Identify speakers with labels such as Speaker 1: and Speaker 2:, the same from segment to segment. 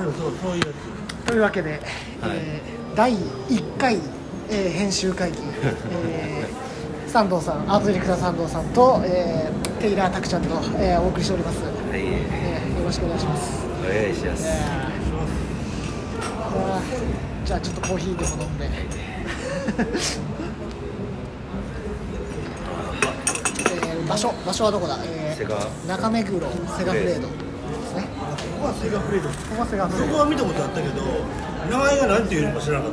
Speaker 1: そういうやつ。
Speaker 2: というわけで、第1回、編集会議、サンドーさん、アートディレクターサンドーさんと、テイラータクちゃんと、お送りしております。よろしくお願いします。
Speaker 3: お願いします。
Speaker 2: じゃあちょっとコーヒーでも飲んで。場所はどこだ？中目黒セガフレードですね。
Speaker 1: ここはセガフレード。
Speaker 2: ここはセガフレード。
Speaker 1: そこは見たことあったけど、名前が何ていうのか知らなかった。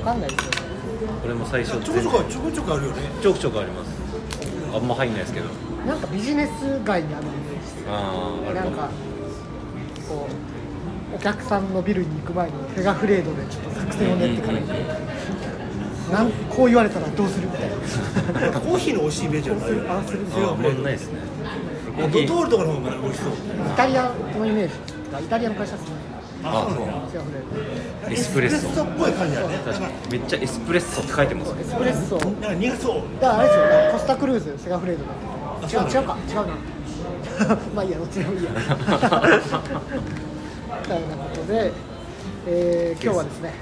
Speaker 2: わかんないですよね。
Speaker 3: これも最初
Speaker 1: ちょこちょこあるよね。
Speaker 3: ちょくちょくあります。あんま入んないですけど。
Speaker 2: なんかビジネス街にあるイメージです。なんかこうお客さんのビルに行く前にセガフレードでちょっと作戦を練ってから行く。こう言われたらどうするみたいな。
Speaker 1: コーヒーの美味しいイメージはないよね。
Speaker 3: あんまないですね。
Speaker 1: ドトールとかの方が美味しそう。
Speaker 2: イタリアのイメージがイタリアの会社ですね。
Speaker 3: あ、そう
Speaker 2: セガフレード。
Speaker 3: エスプレッソ
Speaker 1: っぽい感じだね。
Speaker 3: 確かにめっちゃエスプレッソって書いてます。
Speaker 2: エスプレッソ。
Speaker 1: なんか苦そう。
Speaker 2: だからあれですよね。コスタクルーズセガフレードだって。違うか違うな。まあいいや、どっちでもいいや。みたいなことで、今日はですね、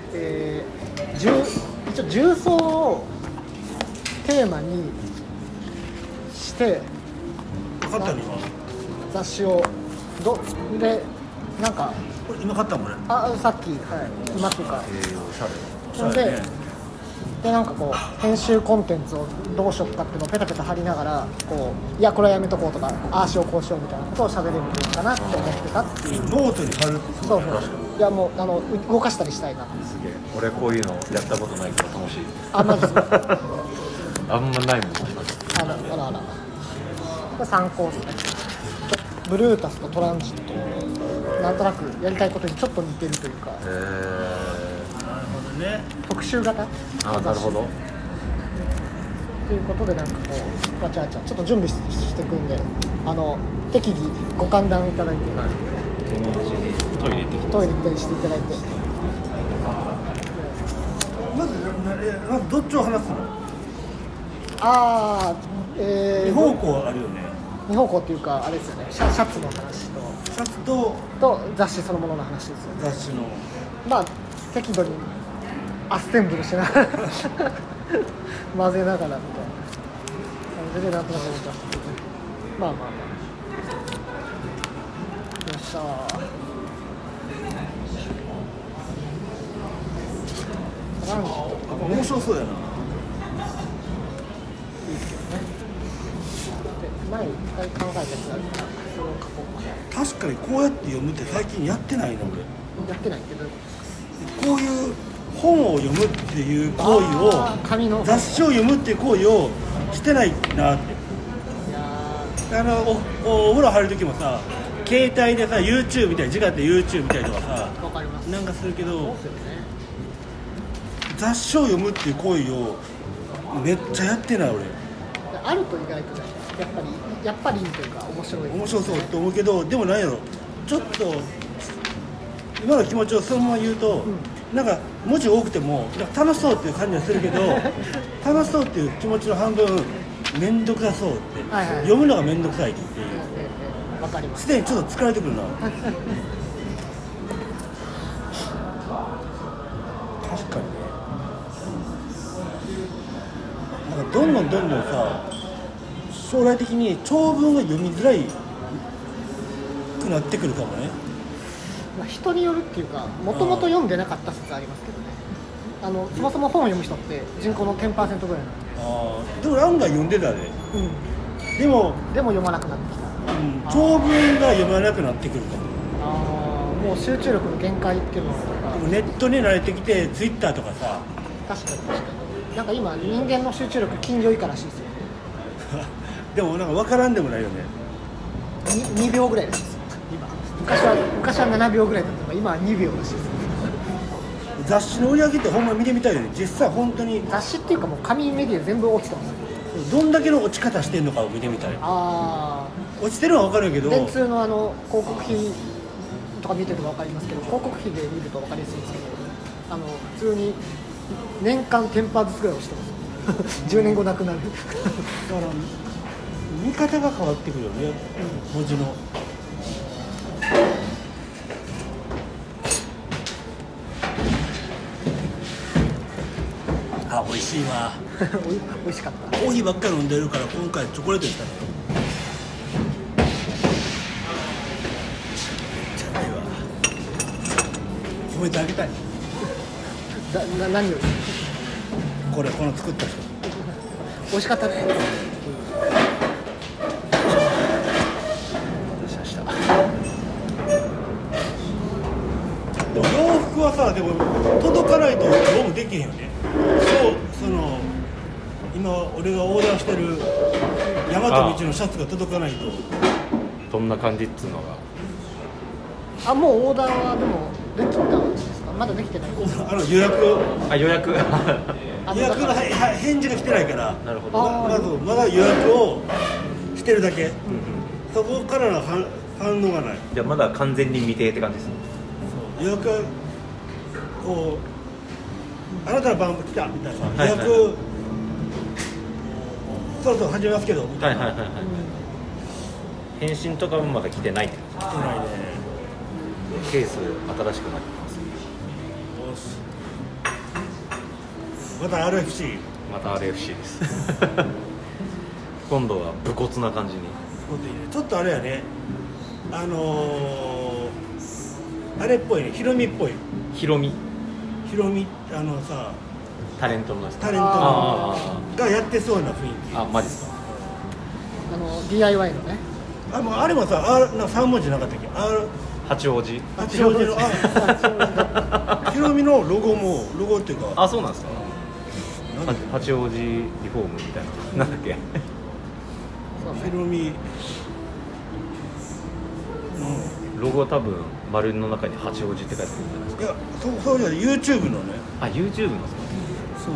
Speaker 2: 一応重曹をテーマにして
Speaker 1: 分かったの今。
Speaker 2: 雑誌をでなんか
Speaker 1: これ今買ったもんね。
Speaker 2: さっき今っていうか、
Speaker 1: おしゃれね。
Speaker 2: でなんかこう編集コンテンツをどうしようかっていうのをペタペタ貼りながらこういやこれはやめとこうとかああしようこうしようみたいなことを喋れるといいかなって思ってたっていう。
Speaker 1: ノートに貼る。
Speaker 2: そういやもう動かしたりしたいな。
Speaker 3: すげえ。俺こういうのやったことないから楽しい。
Speaker 2: マジですか。
Speaker 3: あんまないもん。
Speaker 2: あらこれ参考ですね。ブルータスとトランジットなんとなくやりたいことにちょっと似てるというか、特集型。
Speaker 3: なるほど。
Speaker 2: ということでなんかこうわちゃわちゃちょっと準備していくんで適宜ご歓談いただいて、
Speaker 3: トイレ
Speaker 2: 行ったりしていただいて。
Speaker 1: まずどっちを話すの？
Speaker 2: 二
Speaker 1: 方向あるよね。
Speaker 2: 二方向っていうかあれですよね。シャツの話と
Speaker 1: シャツと
Speaker 2: 雑誌そのものの話ですよね。
Speaker 1: 雑誌の
Speaker 2: まあ適度にアッセンブルしながら混ぜながらみたいな感じでなんとなく思ってましたけどね。まあよっしゃ
Speaker 1: 面白そうやな。
Speaker 2: いいですよね。で前一回考えたやつがあるからそれを書こうか。
Speaker 1: 確かにこうやって読むって最近やってないの俺。
Speaker 2: やってないけど
Speaker 1: こういう本を読むっていう行為を
Speaker 2: 紙の
Speaker 1: 雑誌を読むっていう行為をしてないなって。お風呂入る時もさ携帯でさ YouTube みたいな時間で YouTube みたいとかさ
Speaker 2: わかります。
Speaker 1: なんかするけど
Speaker 2: そうですよね。
Speaker 1: 雑誌を読むっていう行為をめっちゃやってない俺。
Speaker 2: あると意外とねやっぱりいいというか面白い、
Speaker 1: 面白そうって思うけどでもなんやろちょっと今の気持ちをそのまま言うと、なんか文字多くても楽しそうっていう感じはするけど楽しそうっていう気持ちの半分面倒くさそうって、読むのが面倒くさいっていう
Speaker 2: わかります。
Speaker 1: すでにちょっと疲れてくるな確かにね。なんかどんどんさ将来的に長文が読みづらいくなってくるかもね。
Speaker 2: 人によるっていうかもともと読んでなかった説ありますけどね。そもそも本を読む人って人口の 10% ぐらいなんで。
Speaker 1: でも案外読んでたで、でも
Speaker 2: 読まなくなってきた、
Speaker 1: 長文が読まなくなってくるか
Speaker 2: も。もう集中力の限界っていうのとか。
Speaker 1: でもネットに慣れてきて Twitter とかさ
Speaker 2: 確かになんか今人間の集中力近所以下らしいですよ
Speaker 1: でもなんか分からんでもないよね。
Speaker 2: 2秒ぐらいらしいですよ今。昔は7秒ぐらいだったのが今は2秒らしいですよ。
Speaker 1: 雑誌の売り上げってほんま見てみたいよね。実際本当に
Speaker 2: 雑誌っていうかもう紙メディア全部落ちてます。
Speaker 1: どんだけの落ち方してんのかを見てみたい。落ちてるのは分かるけど
Speaker 2: 電通の広告費とか見てると分かりますけど広告費で見ると分かりやすいんですけど普通に年間 10% ずつぐらい落ちてます10年後なくなるだから
Speaker 1: 見方が変わってくるよね、文字の。 しいわ。
Speaker 2: 美味しかった。
Speaker 1: コーヒーばっかり飲んでるから今回チョコレートにしたのよ。じゃないわ。褒めてあげたい。
Speaker 2: 何より
Speaker 1: この作った人。
Speaker 2: 美味しかったって。
Speaker 1: でも洋服はさ、でも届かないとどうもできへんよね。今俺がオーダーしてる大和道のシャツが届かないと。
Speaker 3: どんな感じっつうのが。
Speaker 2: もうオーダーはでもできたんですか？まだできてない。
Speaker 1: 予約
Speaker 3: 予約
Speaker 1: 予約の返事が来てないから。
Speaker 3: なるほど。
Speaker 1: まだ予約をしてるだけ。そこからの反応がない。
Speaker 3: じゃあまだ完全に未定って感じですね。
Speaker 1: 予約はこうあなたの番来たみたいな、予約そろそろ始めますけどみたいな。
Speaker 3: 返信とかもまだ来てないって感じ。
Speaker 1: 来てないね。
Speaker 3: ケース新しくなってます。
Speaker 1: また RFC。
Speaker 3: また RFC です。今度は武骨な感じに。
Speaker 1: ちょっとあれやね。あれっぽいね、ヒロミっぽい。
Speaker 3: ヒロミ
Speaker 1: さ、
Speaker 3: タレントの
Speaker 1: がやってそうな雰囲気。
Speaker 3: マジですか。
Speaker 2: DIY のね。
Speaker 1: あれもさ、3文字なかったっけ？
Speaker 3: 八王子
Speaker 1: のヒロミのロゴっていうか。
Speaker 3: そうなんですか。八王子リフォームみたいな。なんだっけ。
Speaker 1: ヒロミ。
Speaker 3: ロゴは多分丸の中に八王子って書いてあるんじゃないですか。
Speaker 1: いや、そうじゃない、YouTube のね。
Speaker 3: YouTube の
Speaker 1: そう。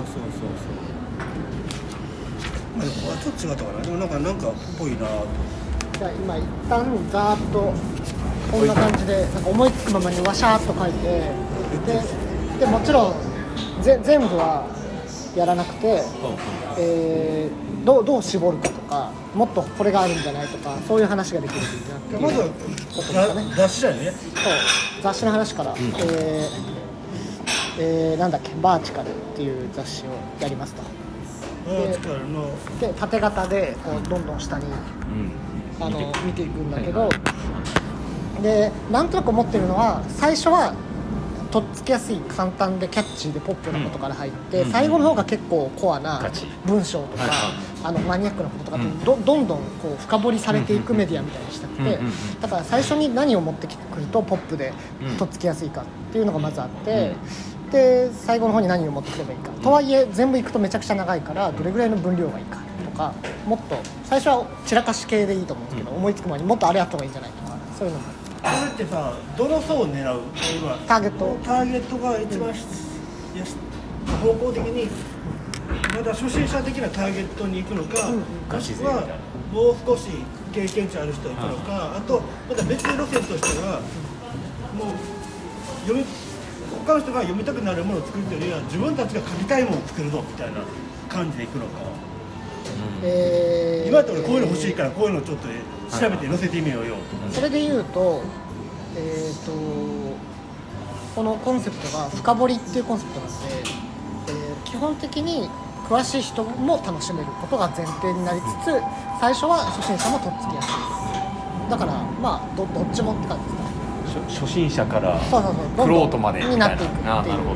Speaker 1: ちょっと違ったかな。でもなんかっぽいなと。
Speaker 2: じゃあ今一旦ざーっとこんな感じでなんか思いつくままにワシャーっと書いて、でもちろん全部はやらなくて、どう絞るかとか、もっとこれがあるんじゃないとか、そういう話ができるってなって、
Speaker 1: まずは雑誌だよね。
Speaker 2: そう、雑誌の話から、なんだっけ、バーチカルっていう雑誌をやりますと。で縦型でこうどんどん下に、見ていくんだけど、でなんとなく思ってるのは、最初はとっつきやすい、簡単でキャッチーでポップなことから入って、最後の方が結構コアな文章とか、マニアックなこととかってどんどんこう深掘りされていくメディアみたいにしたくて、だから最初に何を持ってくるとポップでとっつきやすいかっていうのがまずあって、で最後の方に何を持ってくればいいか、とはいえ全部いくとめちゃくちゃ長いからどれぐらいの分量がいいかとか、もっと最初は散らかし系でいいと思うんですけど、思いつく前にもっとあれやった方がいいんじゃないとか、そういうのも。
Speaker 1: これってさ、どの層を狙う？
Speaker 2: ターゲット
Speaker 1: が一番、方向的にまだ初心者的なターゲットに行くのか、もしくはもう少し経験値ある人に行くのか、あとまた別の路線としてはもう他の人が読みたくなるものを作るというよりは、自分たちが書きたいものを作るぞみたいな感じでいくのか。今だって俺こういうの欲しいからこういうのをちょっと調べて載せてみようよ。
Speaker 2: それで言うと、このコンセプトが深掘りっていうコンセプトなので、基本的に詳しい人も楽しめることが前提になりつつ、最初は初心者もとっつきやすい。だからまあ どっちもって感じですか。
Speaker 3: 初心者から
Speaker 2: プ
Speaker 3: ロートまで
Speaker 2: になっていくっていう、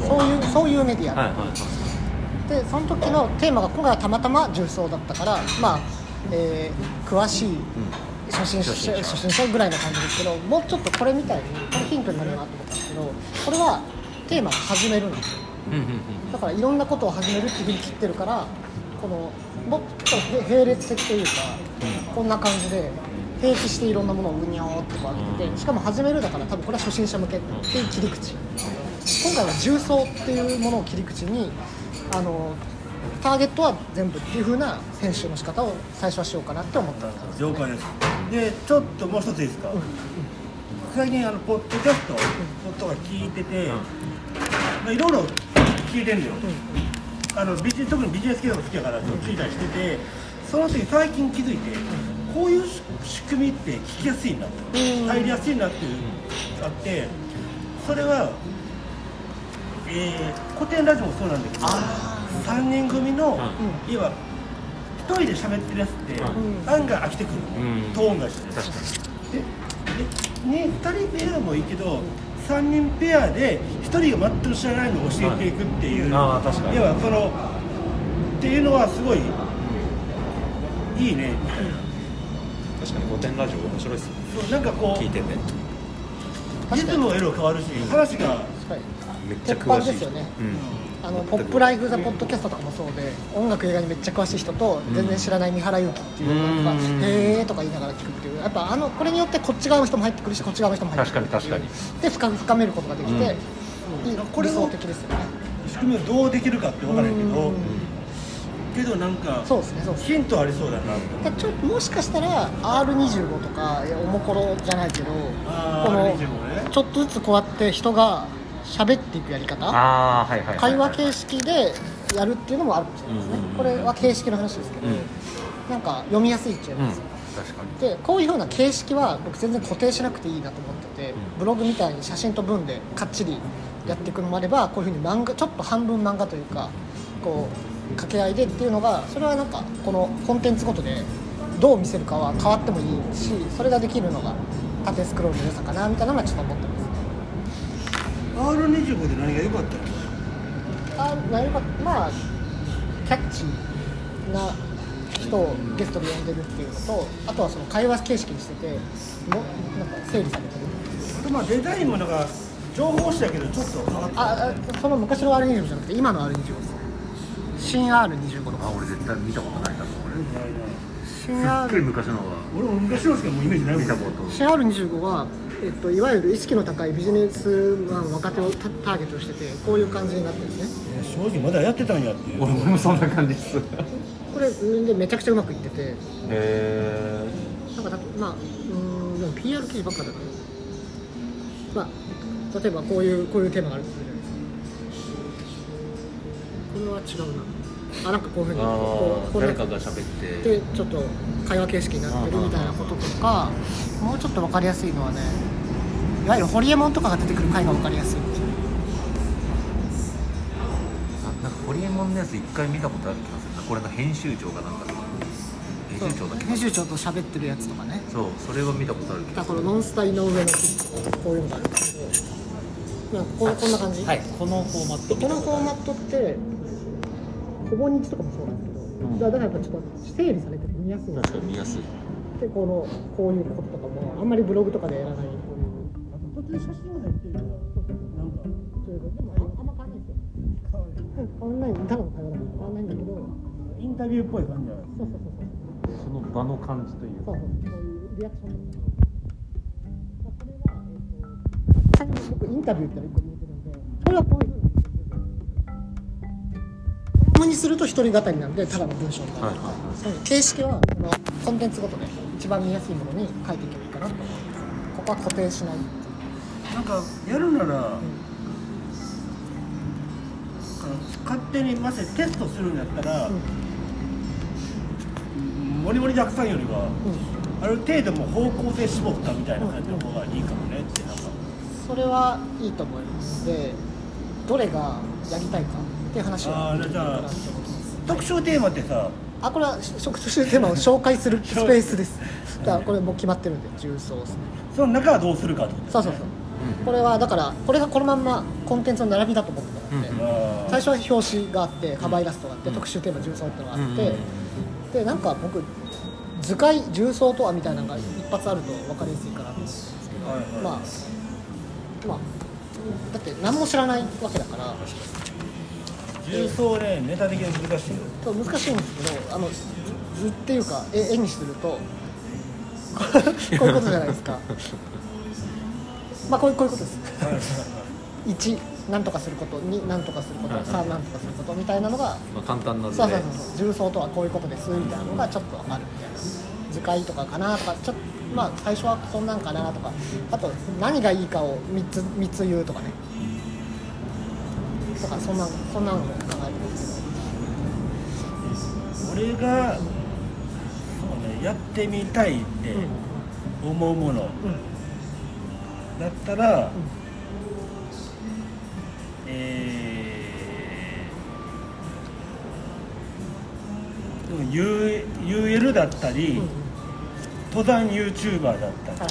Speaker 2: そういうメディア、でその時のテーマが今回はたまたま重曹だったから、詳しい初心者ぐらいの感じですけど、もうちょっとこれみたいにこれヒントになるなと思ったんですけど、これはテーマが始めるんですよ。だからいろんなことを始めるっていうふうに切ってるから、このもっと並列的というか、こんな感じで並起していろんなものをうにょーってこう開けて、しかも始めるだから多分これは初心者向けっていう切り口。今回は重曹っていうものを切り口にターゲットは全部っていう風な編集の仕方を最初はしようかなって思ったんです。
Speaker 1: 了解です。でちょっともう一ついいですか。最近ポッドキャストとか聞いてて、いろいろ聞いてるんだよ。特にビジネス系とか好きだから聞いたりしてて、その時最近気づいて、こういう仕組みって聞きやすいなと、入りやすいなっていうあって、それは古典ラジオもそうなんだけど、3人組の、いわば1人で喋ってるやつって案外飽きてくる、トーンがして。
Speaker 3: 確か
Speaker 1: にで、2人ペアもいいけど、3人ペアで1人が全く知らないのを教えていくっていう、
Speaker 3: ああ確かに。
Speaker 1: 要はそのっていうのはすごいいいね。
Speaker 3: 確かに古典ラジオ面白いっすね。
Speaker 1: そうなんかこう
Speaker 3: 聞いてて
Speaker 1: リズムの色変わるし、話が
Speaker 3: めっちゃ
Speaker 2: 鉄
Speaker 3: 詳しい。
Speaker 2: 板ですよね。ポップライフ・ザ・ポッドキャストとかもそうで、音楽映画にめっちゃ詳しい人と全然知らない三原祐希っていうのが、へーとか言いながら聞くっていう、やっぱこれによってこっち側の人も入ってくるし、こっち側の人も入ってくるっていう、
Speaker 3: 確かに
Speaker 2: で深めることができて、
Speaker 1: これを
Speaker 2: 理想的ですよね。
Speaker 1: 仕組みをどうできるかって分からないけどなんか
Speaker 2: そうですね、そうですね。
Speaker 1: ヒントありそうだな。
Speaker 2: ちょっともしかしたら R25 とかおもころじゃないけど、このちょっとずつこうやって人が喋っていくやり方、会話形式でやるっていうのもあるかもしれないですね。これは形式の話ですけど、なんか読みやすいっちゃいます。
Speaker 3: 確かに。
Speaker 2: でこういう風な形式は僕全然固定しなくていいなと思ってて、ブログみたいに写真と文でかっちりやっていくのもあれば、こういう風に漫画、ちょっと半分漫画というかこう掛け合いでっていうのが、それはなんかこのコンテンツごとでどう見せるかは変わってもいいし、それができるのが縦スクロールの良さかなみたいなのはちょっと思ってます。
Speaker 1: R25 で何が良かったっけ？
Speaker 2: 何かまあキャッチーな人をゲストで呼んでるっていうのと、あとはその会話形式にしててなんか整理されてる。
Speaker 1: あとまあデザインもなんか情報誌だけどちょっと変わってる。
Speaker 2: その昔の R25 じゃなくて今の R25 です。新 R25 とか。
Speaker 3: 俺絶対見たことないな、これ。
Speaker 2: 新 R
Speaker 3: すっげえ昔のは
Speaker 1: 俺も昔のしかもうイメージないもん。
Speaker 3: 見たこと。
Speaker 2: 新 R25 は、いわゆる意識の高いビジネスマン若手をターゲットとしてて、こういう感じになってるんですね。
Speaker 1: 正直まだやってたんやっていう。
Speaker 3: 俺もそんな感じです。
Speaker 2: これでめちゃくちゃうまくいってて、なんかまあでも PR 記事ばっかだから、まあ例えばこういうテーマがあるとするじゃないですか。これは違うな。なんかこういうふうにこう
Speaker 3: 誰かが喋って
Speaker 2: でちょっと会話形式になってるみたいなこととか、もうちょっと分かりやすいのはね、いわゆるホリエモンとかが出てくる回が分かりやすいんですよ。
Speaker 3: なんかホリエモンのやつ一回見たことある気がするな。これの編集長がなんか編集長だっけ？
Speaker 2: 編集長と喋ってるやつとかね。
Speaker 3: そう、それは見たことあるけど。
Speaker 2: このノンスタ井上のこういうのがあるんですけど、こんな感じ。
Speaker 3: はい、このフォーマット。
Speaker 2: このフォーマットってほぼ日とかもそうなんですけど、だからやっぱちょっと整理されて見やすい。
Speaker 3: 確かに見やすい。
Speaker 2: でこういうこととかもあんまりブログとかでやらない、こういう
Speaker 1: 途中写真が入ってるからなんか
Speaker 2: そういうことでもあんま変わらないですよ。変わらない、ただの会話だから変わらないんだけど、
Speaker 1: インタビューっぽい感じじゃない。
Speaker 2: そう
Speaker 3: その場の感じというか。
Speaker 2: こういうリアクションとか、これは僕インタビューって1個入れてるんで、これはこういう風にコラムにすると一人語りなんでただの文章になるとか、形式はこのコンテンツごとで一番見やすいものに書いていけばいいかなと思います。ここは固定しないっていう。
Speaker 1: なんかやるなら、勝手にませテストするんだったら、モリモリたくさんよりは、ある程度も方向性絞ったみたいな感じの方がいいかもねって。なんか
Speaker 2: それはいいと思いますので、どれがやりたいかっていう話を
Speaker 1: じゃあ特集テーマってさ、
Speaker 2: これは特集テーマを紹介するスペースです。だからこれもう決まってるんで重曹ですね。
Speaker 1: その中はどうするかってこと。
Speaker 2: そう、これはだからこれがこのまんまコンテンツの並びだと思ってたので、最初は表紙があってカバーイラストがあって、特集テーマ重曹ってのがあって、でなんか僕図解重曹とはみたいなのが一発あると分かりやすいかなと思うんですけど、まあだって何も知らないわけだから。
Speaker 1: 重曹ね、ネタ的に難しいよ。
Speaker 2: そう難しいんですけど、図っていうか絵にするとこういうことじゃないですか。まあこういうことです。1何とかすること、2何とかすること、3何とかすることみたいなのが、
Speaker 3: 簡単な図
Speaker 2: そう重曹とはこういうことですみたいなのがちょっとあるみたいな、図解とかかなとか、ちょっと最初はこんなんかなとか、あと何がいいかを3つ言うとかね、とかそんなのも考えてます
Speaker 1: けど、俺がそうね、やってみたいって思うものだったら、 UL だったり、登山 YouTuber だった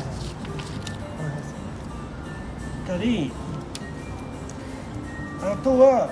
Speaker 1: り、あとは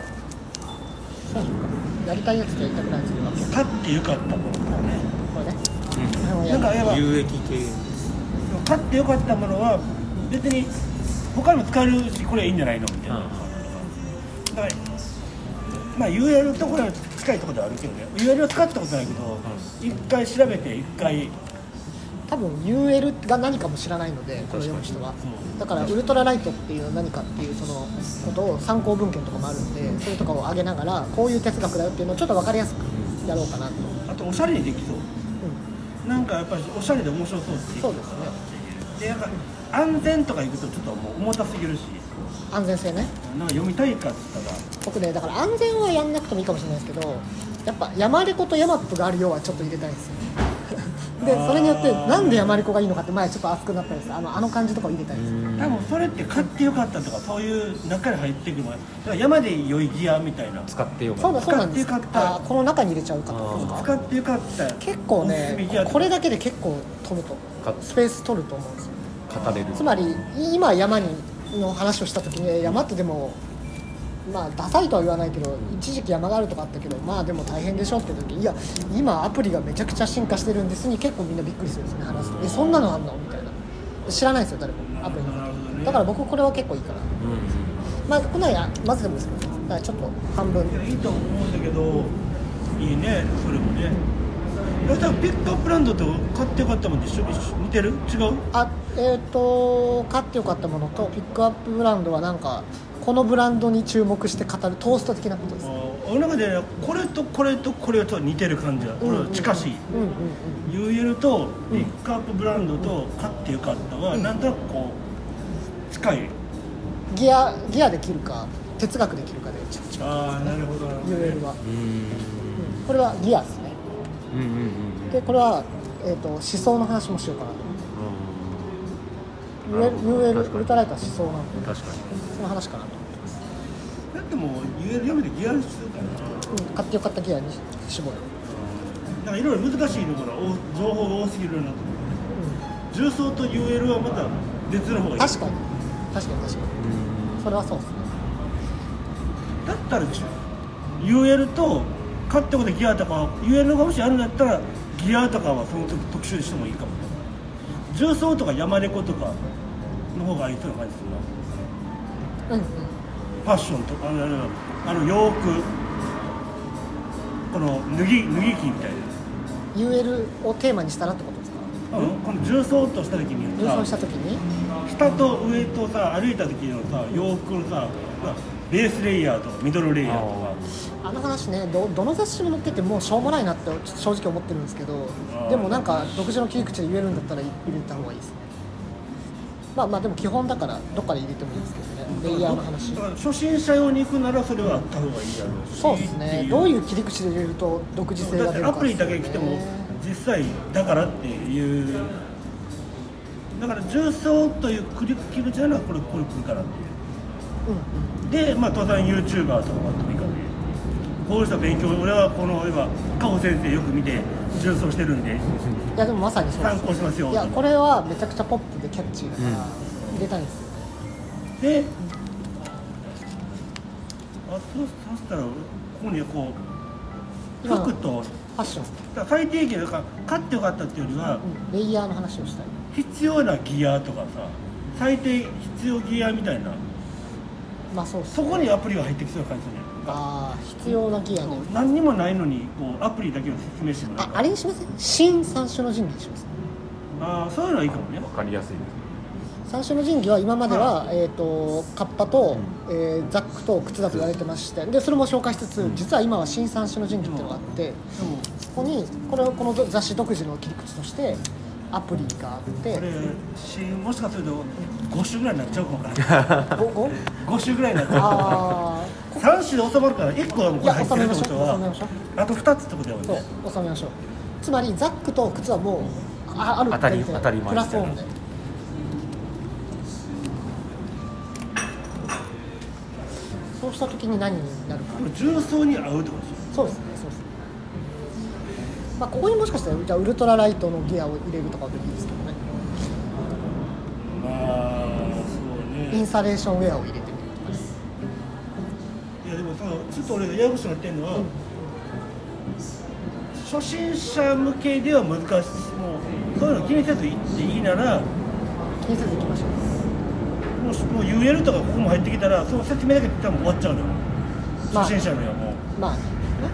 Speaker 2: やりたいやつとやりたくないやつが
Speaker 1: 買ってよかったものだね。
Speaker 2: これね、
Speaker 1: なんか
Speaker 3: 有益系
Speaker 1: 買ってよかったものは別に他にも使えるし、これいいんじゃないのみたいな、だからまあ UL ところは近いところではあるけどね。 UL は使ったことないけど、一回調べて一回
Speaker 2: 多分 UL が何かも知らないので、これを読む人は。だからウルトラライトっていう何かっていうそのことを参考文献とかもあるんで、それとかを上げながらこういう哲学だよっていうのをちょっと分かりやすくやろうかなと。
Speaker 1: あとおしゃれにできそう、なんかやっぱりおしゃれで面白そうっていう。
Speaker 2: そうですね。
Speaker 1: でなんか安全とか行くとちょっともう重たすぎるし、
Speaker 2: 安全性ね。
Speaker 1: なんか読みたいかって言ったら
Speaker 2: 僕ね、だから安全はやんなくてもいいかもしれないですけど、やっぱ山レコとヤマップがあるようはちょっと入れたいんですよでそれによってなんで山レコがいいのかって前ちょっと熱くなったんです。あの感じとかを入れたいです。
Speaker 1: 多分それって買ってよかったとかそういう中に入ってくるのだから山で良いギアみたいな、
Speaker 3: 使ってよかった。
Speaker 2: そうなんです。
Speaker 1: 使ってよかった
Speaker 2: この中に入れちゃう方とか
Speaker 1: 使ってよかった
Speaker 2: 結構
Speaker 1: おすすめギアとか
Speaker 2: ね、これだけで結構取ると
Speaker 3: か
Speaker 2: スペース取ると思うんですよ。
Speaker 3: 語れる。
Speaker 2: つまり今山の話をした時に、山ってでもまあダサいとは言わないけど、一時期山があるとかあったけど、まあでも大変でしょって時、いや今アプリがめちゃくちゃ進化してるんですに結構みんなびっくりするんですね、話すと。そんなのあんのみたいな。知らないですよ誰もアプリのこと。だから僕これは結構いいかな。まあこんなのまずでもですけど、だからちょっと半分
Speaker 1: いいと思うんだけど、いいねそれもね。だからピックアップランドと買ってよかったもんで一緒似てる？違う？
Speaker 2: 買ってよかったものとピックアップブランドはなんかこのブランドに注目して語るトースト的なことです。
Speaker 1: 俺の中でこれとこれとこれと似てる感じだ。これは近しい。UL とピックアップブランドと買ってよかったはなんとなくこう近い。
Speaker 2: ギアで切るか哲学で切るかでちょっと違う。
Speaker 1: ああなるほど。
Speaker 2: UL は。これはギアですね。でこれは思想の話もしようかなと。UL ウルトラライトは思想なんで、
Speaker 3: 確かに
Speaker 2: その話かなと思ってます。
Speaker 1: だってもう UL 読めてギアにするからな。
Speaker 2: 買ってよかったギアに絞る。
Speaker 1: なんかいろいろ難しいのから情報が多すぎるなと思って、重曹と UL はまた別の方がいい。
Speaker 2: 確かにそれはそうですね。
Speaker 1: だったら UL と買ってことギアとか UL がもしあるんだったらギアとかはその時特集してもいいかもね。重曹とか山レコとかの方がいいという感じするな。ファッションとか洋服、この脱ぎ着みたいな
Speaker 2: UL をテーマにしたらってことですか？
Speaker 1: この重曹とした時に
Speaker 2: 重曹した時に
Speaker 1: 下と上とさ歩いた時のさ洋服のさベースレイヤーとミドルレイヤーとか、
Speaker 2: あの話ね、どの雑誌も載っててもうしょうもないなって正直思ってるんですけど、でもなんか独自の切り口で言えるんだったら入れた方がいいですね。まあでも基本だからどっかで入れてもいいですけどね、レイヤーの話。
Speaker 1: だから初心者用に行くならそれはあった方がいいやろうし、
Speaker 2: そうですね。どういう切り口で入れると独自性が出るか、
Speaker 1: だってアプリだけ来ても実際だからっていう、だから重曹という切り口ならこれ来るからっていう、でまあ登山 YouTuber とかもあってもいいかもね。こういう人は勉強、俺はこの今カホ先生よく見て重曹してるんで、
Speaker 2: いやでもまさにそうです。
Speaker 1: 参考しますよ。
Speaker 2: いやこれはめちゃくちゃポップでキャッチーだから入れたいんですよ。
Speaker 1: でそしたらここにこう服と
Speaker 2: ファッション、
Speaker 1: 最低限だから買ってよかったっていうよりは、
Speaker 2: レイヤーの話をしたい。
Speaker 1: 必要なギアとかさ、最低必要ギアみたいな、
Speaker 2: まあそうですね。
Speaker 1: そこにアプリが入ってきそうな感じするね。
Speaker 2: 必要なギアね。
Speaker 1: 何にもないのにこうアプリだけを説明してもらう。
Speaker 2: あれにしません？新三種の神器にします。
Speaker 1: そういうのはいいかもね。
Speaker 3: 分かりやすいです。
Speaker 2: 三種の神器は今までは、カッパと、ザックと靴だと言われてまして、でそれも紹介しつつ、実は今は新三種の神器っていうのがあって、そこにこの雑誌独自の切り口としてアプリがあって、
Speaker 1: これもしかすると5種ぐらいになっちゃうかもわからない。5種ぐらいになっちゃう。3種で収まるから1個はもうこれ入ってるってことはあと2つってことだよね。
Speaker 2: そう収めましょう。つまりザックと靴はもうあるって言って
Speaker 3: 当たり前
Speaker 2: プラスオンで。そそうした時に何になるか。
Speaker 1: でも重曹に合うってことでし
Speaker 2: そうですね、そうですね。まあここにもしかしたらじゃあウルトラライトのギアを入れるとかでもいいですけどね。
Speaker 1: ょ。まあそう
Speaker 2: イン
Speaker 1: ね。
Speaker 2: サレーションウェアを入れてみるとかね。
Speaker 1: いやでもさ、ちょっと俺がややこしくなってるのは、初心者向けでは難しい。もうそういうの気にせず行っていいなら、
Speaker 2: 気にせず行きましょう。
Speaker 1: もう UL とかここも入ってきたら、その説明だけで多分終わっちゃうのよ。
Speaker 2: まあ
Speaker 1: 初心者にはもう。
Speaker 2: まあ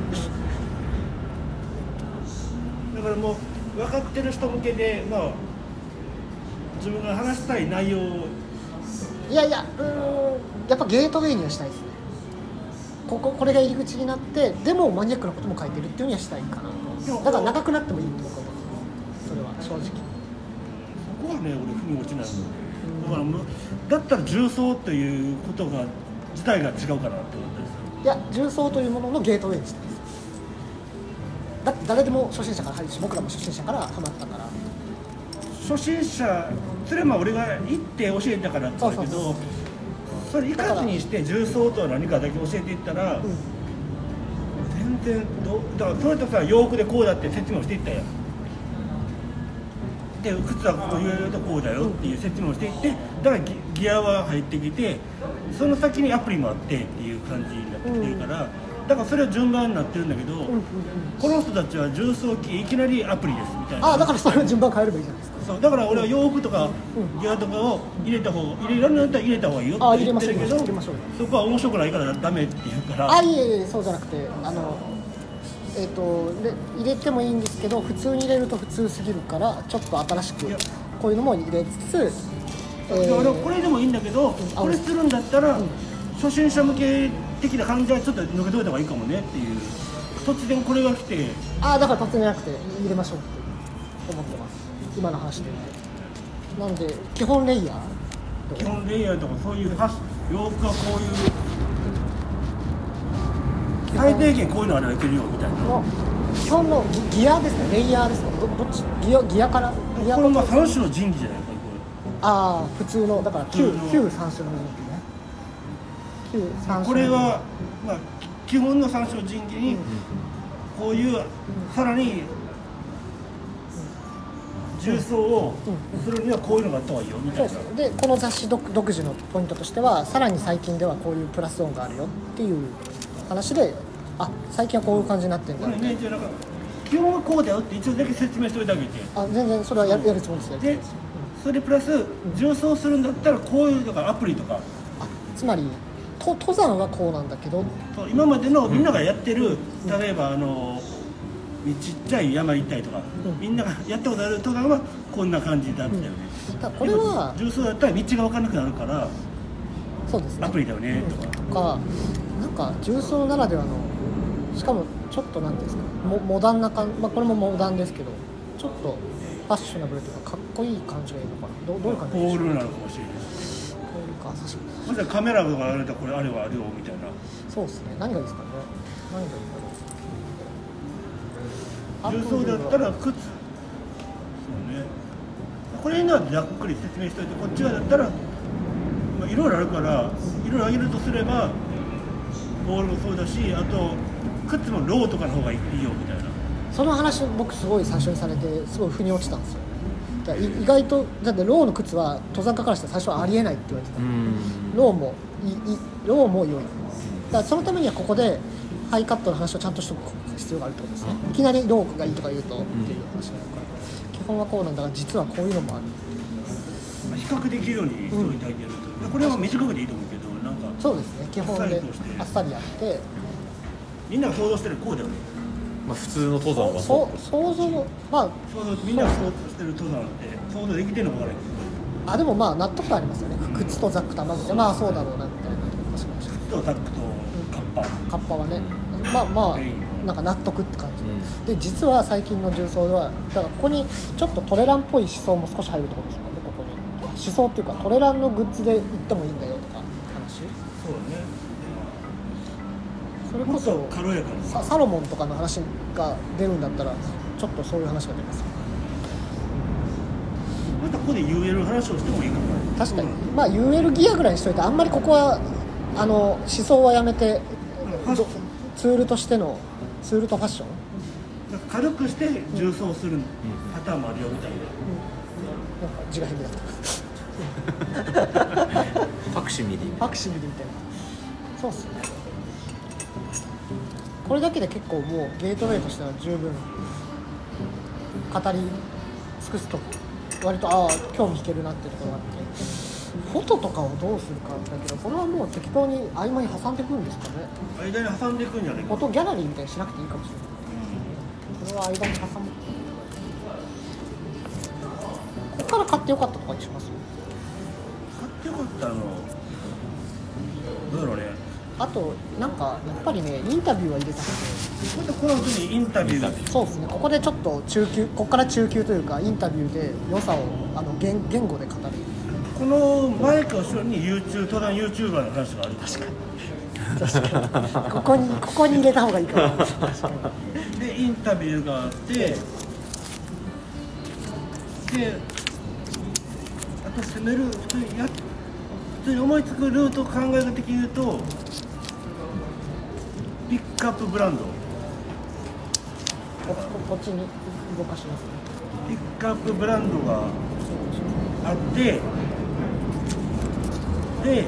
Speaker 1: だからもう分かってる人向けで、まあ自分が話したい内容を。
Speaker 2: いやいや、やっぱゲートウェイにはしたいですね。これが入り口になって、でもマニアックなことも書いてるっていうにはしたいかなと。だから長くなってもいいって僕は思う。それは正直。
Speaker 1: そこはね、俺腑に落ちないの。だからもうだったら重曹ということが自体が違うかなと思ったんですよ。
Speaker 2: いや、重曹というもののゲートウェイにしたいです。だって誰でも初心者から入るし、僕らも初心者からハマったから。
Speaker 1: 初心者、それはまあ俺が行って教えたからって言うんだけ
Speaker 2: そうそう
Speaker 1: ど、それ行かずにして重曹とは何かだけ教えていったら、全然だからそれとさ、洋服でこうだって説明していったやん。で靴はこういうとこうだよっていう説明をしていって、だからギアは入ってきて、その先にアプリもあってっていう感じになってきてるから、だからそれは順番になってるんだけど、この人たちは重曹機いきなりアプリですみたいな。
Speaker 2: だからそれを順番変えればいいじゃないですか。
Speaker 1: そうだから俺は洋服とかギアとかを入れた方が、入れられるんだったら入れた方がいいよって言ってるけど、
Speaker 2: 入れましょう
Speaker 1: そこは面白くないからダメって言うから。
Speaker 2: いえいえ、そうじゃなくて、で入れてもいいんですけど、普通に入れると普通すぎるから、ちょっと新しくこういうのも入れつつ、
Speaker 1: これでもいいんだけど、これするんだったら、初心者向け的な感じはちょっと抜けといた方がいいかもねっていう。突然これが来て、
Speaker 2: だから突然じゃなくて入れましょうって思ってます、今の話で。なんで基本レイヤー、
Speaker 1: 基本レイヤーとかそういう洋服はこういう最低限こういうのあればいけるよみたいな。
Speaker 2: 基本のギアですね、レイヤーですか。どっちギアからギア
Speaker 1: これも3種の神器じゃないかこ
Speaker 2: 普通のだから旧3種の人気ね。旧3種
Speaker 1: れ。これはまあ基本の3種の神器にこういうさらに重曹をするにはこういうのがあった方がいいよみたいな。
Speaker 2: そうです。でこの雑誌独自のポイントとしては、さらに最近ではこういうプラス音があるよっていう話で、最近はこういう感じになってるんだ
Speaker 1: これね、なんか基本はこうだよって一応だけ説明しておいてあげて、
Speaker 2: 全然それはやるつもりですよ。
Speaker 1: でそれプラス重曹するんだったらこういうとかアプリとか、
Speaker 2: つまり登山はこうなんだけど、
Speaker 1: そう今までのみんながやってる、例えばちっちゃい山行ったりとか、みんながやったことある登山はこんな感じだったよね。
Speaker 2: これは
Speaker 1: 重曹だったら道が分からなくなるから
Speaker 2: そうですね、
Speaker 1: アプリだよねとか、
Speaker 2: なんか重曹ならではの、しかもちょっとなんていうんですか、モダンな感じ、これもモダンですけど、ちょっとファッショナブルというかかっこいい感じがいいのかな。どういう感じでしょう。
Speaker 1: ポールなのかもしれないし、
Speaker 2: ポールか、確かに。
Speaker 1: もしカメラとかあれだこれあれはあるよみたいな。
Speaker 2: そうですね、何がいいですかね。何がいいんだろう。
Speaker 1: 重曹だったら靴、そうね、これにはざっくり説明しておいて、こっち側だったらいろいろあるから、いろいろあげるとすればボールもそうだし、あと靴もローとかの方がいいよみたいな。
Speaker 2: その話僕すごい最初にされて、すごい腑に落ちたんですよ。だから意外とだってローの靴は登山家からしたら最初はありえないって言われてた。ローも良い。だからそのためにはここでハイカットの話をちゃんとしておく必要があるってことですね。いきなりローがいいとか言うとっていう話になるから、基本はこうなんだが実はこういうのもある。
Speaker 1: 比較できるようにしておいてあげると、これは短くでいいと思うけど、なんか
Speaker 2: そうですね、基本であっさりやって、
Speaker 1: みんなが想像してるこうだよね。
Speaker 3: 普通の登山は
Speaker 2: 想像
Speaker 1: みんなが想像してる登山って想像できてるのか分からないけど、
Speaker 2: でも納得感ありますよね。靴とザックと雨具ってそうだろうなみたいな気がしました。
Speaker 1: 靴とザックとカッパ
Speaker 2: はね、なんか納得って感じで、実は最近の重曹ではだからここにちょっとトレランっぽい思想も少し入るところですよね。ここに思想っていうかトレランのグッズで行ってもいいんだよとか話。
Speaker 1: そうだね。
Speaker 2: それこそ
Speaker 1: 軽やかに
Speaker 2: サロモンとかの話が出るんだったらちょっとそういう話が出ますよ。
Speaker 1: またここで UL 話をしてもいいかもね。
Speaker 2: 確かに、UL ギアぐらいにしといて、あんまりここは思想はやめて
Speaker 1: ファッション
Speaker 2: ツールとしてのツールとファッション、
Speaker 1: なんか軽くして重装するパターンもあるよみたいな、
Speaker 2: なんか字が変だった
Speaker 3: ファクシミリ
Speaker 2: ファクシミリみたいな。そうっすね。これだけで結構もうゲートウェイとしては十分語り尽くすと割と興味引けるなっていうところがあって、フォトとかをどうするかだけど、これはもう適当に合間に挟んでいくんですかね。
Speaker 1: 間に挟んでいくんじゃないか
Speaker 2: フォトギャラリーみたいにしなくていいかもしれない。これは間に挟む。ここから買ってよかったとかにします？
Speaker 1: 買ってよかったのどうだろうね。
Speaker 2: あとなんかやっぱりねインタビューは入れたくて、
Speaker 1: またこの後にインタビュー
Speaker 2: そうですね。ここでちょっと中級、ここから中級というかインタビューで良さを言語で語る。
Speaker 1: この前か後ろに登山 YouTuber の話がある。
Speaker 2: 確かにここに入れた方がいいかな。確かに。
Speaker 1: でインタビューがあって、であと攻める普通に思いつくルート考え方的に言うとピックアップブランド、
Speaker 2: こっちに動かしますね。
Speaker 1: ピックアップブランドがあって、で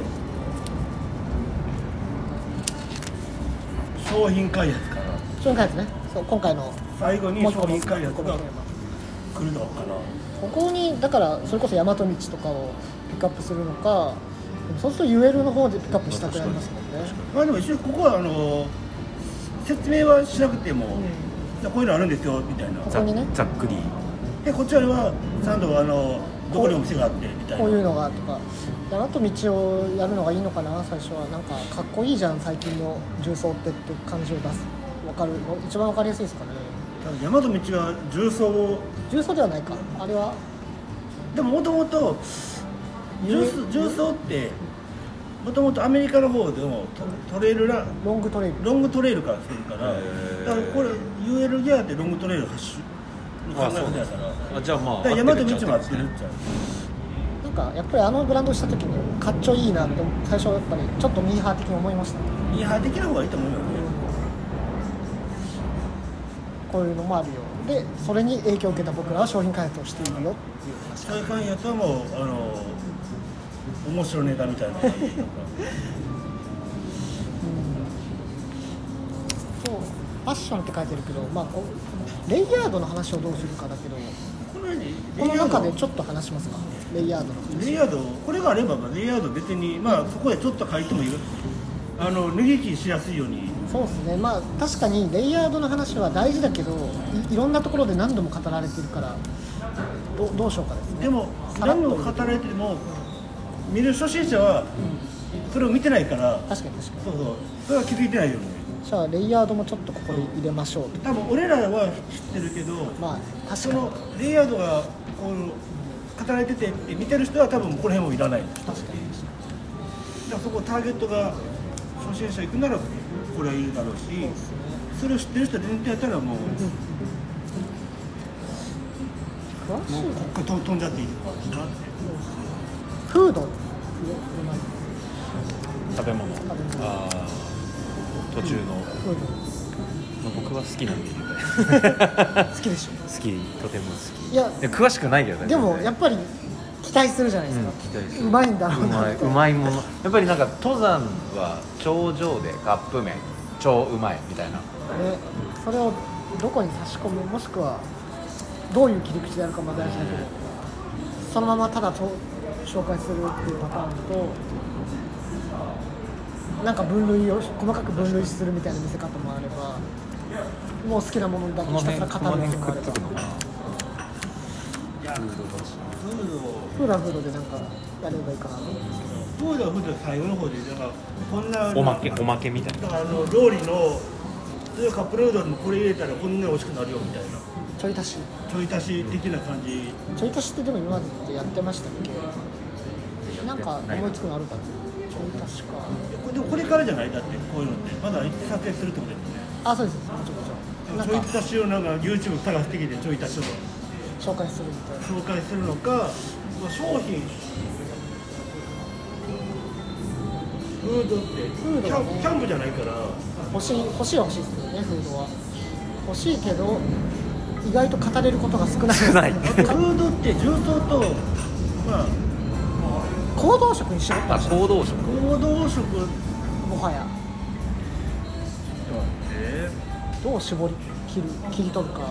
Speaker 1: 商品開発かな、
Speaker 2: 商品開発ね。そう今回の
Speaker 1: 最後に商品開発が来るのかな。
Speaker 2: ここにだからそれこそ大和道とかをピックアップするのか、そうすると UL の方でピックアップしたくなりますもんね。
Speaker 1: まあでも一応ここは説明はしなくても、こういうのあるんですよみたいな。
Speaker 2: ここにね
Speaker 3: ざっくり
Speaker 1: でこっちはちゃんとどこにお店があってみたいな。
Speaker 2: こういうのがとか、大和道をやるのがいいのかな。最初はなんかかっこいいじゃん最近の重装って感じを出す。一番わかりやすいですかね。
Speaker 1: 大和道は重装を
Speaker 2: 重装ではないか。あれは
Speaker 1: でももともと重装ってもともとアメリカの方でもトレイルロングトレイルから来てるから、だからこれ UL ギアってロングトレイル発祥の考え方やから、
Speaker 3: じゃあまあ
Speaker 1: 大和道も合ってるっちゃう。
Speaker 2: なんかやっぱりブランドした時にかっちょいいなって最初はやっぱりちょっとミーハー的に思いましたね。
Speaker 1: ミーハー的な方がいいと思うよね。
Speaker 2: こういうのもあるよ。でそれに影響を受けた僕らは商品開発をしているよっていう話。
Speaker 1: そういう開発はもう面白ネタみたいな感じとか
Speaker 2: そうファッションって書いてるけど、レイヤードの話をどうするかだけど、この中でちょっと話しますか。レイヤードの話。
Speaker 1: レイヤードこれがあればレイヤード別にそこでちょっと書いてもいい。脱ぎ着しやすいように。
Speaker 2: そうですね。確かにレイヤードの話は大事だけど いろんなところで何度も語られてるからどうしようかですね。
Speaker 1: でも何度も語られても見る初心者はそれを見てないから、
Speaker 2: 確かに
Speaker 1: そうそれは気づいてないよね。
Speaker 2: じゃあレイヤードもちょっとここで入れましょうと。
Speaker 1: 多分俺らは知ってるけど、
Speaker 2: 確かに
Speaker 1: そのレイヤードがこう語られててって見てる人は多分この辺もいらない。
Speaker 2: 確かに
Speaker 1: だからそこターゲットが初心者行くならこれはいいだろうし、それを知ってる人で全体やったらもう、
Speaker 2: 詳しい
Speaker 1: ここから飛んじゃっていいのかなって。
Speaker 2: フード
Speaker 3: 食べ物途中の
Speaker 2: フー
Speaker 3: 僕は好きなんで
Speaker 2: ド好きでしょ。
Speaker 3: 好き、とても好き。
Speaker 2: いや
Speaker 3: 詳しくないけどね。
Speaker 2: でもやっぱり期待するじゃないですか。
Speaker 3: 期待する。
Speaker 2: うまいんだろうなって。
Speaker 3: うまいもの。やっぱりなんか登山は頂上でカップ麺超うまいみたいな。
Speaker 2: でそれをどこに差し込む、もしくはどういう切り口でやるかも大事だけど、そのままただと紹介するっていうパターンと、なんか分類を細かく分類するみたいな見せ方もあれば、もう好きなものだけひたすら語るのもあれば、フードはフードでなんかやればいいかなと思うんですけど、
Speaker 1: フードはフードで最後の方でこんな
Speaker 3: おまけみたいな。
Speaker 1: だから料理の例えばカップヌードルもこれ入れたらこんなに美味しくなるよみたいな
Speaker 2: ちょい足し
Speaker 1: 的な感じ。
Speaker 2: ちょい足しってでも今までってやってましたっけ。なんか思いつくのあるかな。ちょい足しか。
Speaker 1: でもこれからじゃない。だってこういうのってまだ撮影するってことだよね。
Speaker 2: そうです。もちろん
Speaker 1: ちょい足しをなんか YouTube 探してきてちょい足しを
Speaker 2: 紹介するみたいな。
Speaker 1: 紹介するのか、商品フードって
Speaker 2: フードはね
Speaker 1: キャンプじゃないから
Speaker 2: 欲しいは欲しいですけどね、フードは欲しいけど意外と語れることが少ない。
Speaker 3: 少ない
Speaker 1: フードって重曹とまあ
Speaker 2: 行動食に絞った
Speaker 3: あ、
Speaker 2: りし
Speaker 3: 行動食。
Speaker 1: 行動食
Speaker 2: もはやどう絞り切り取るか。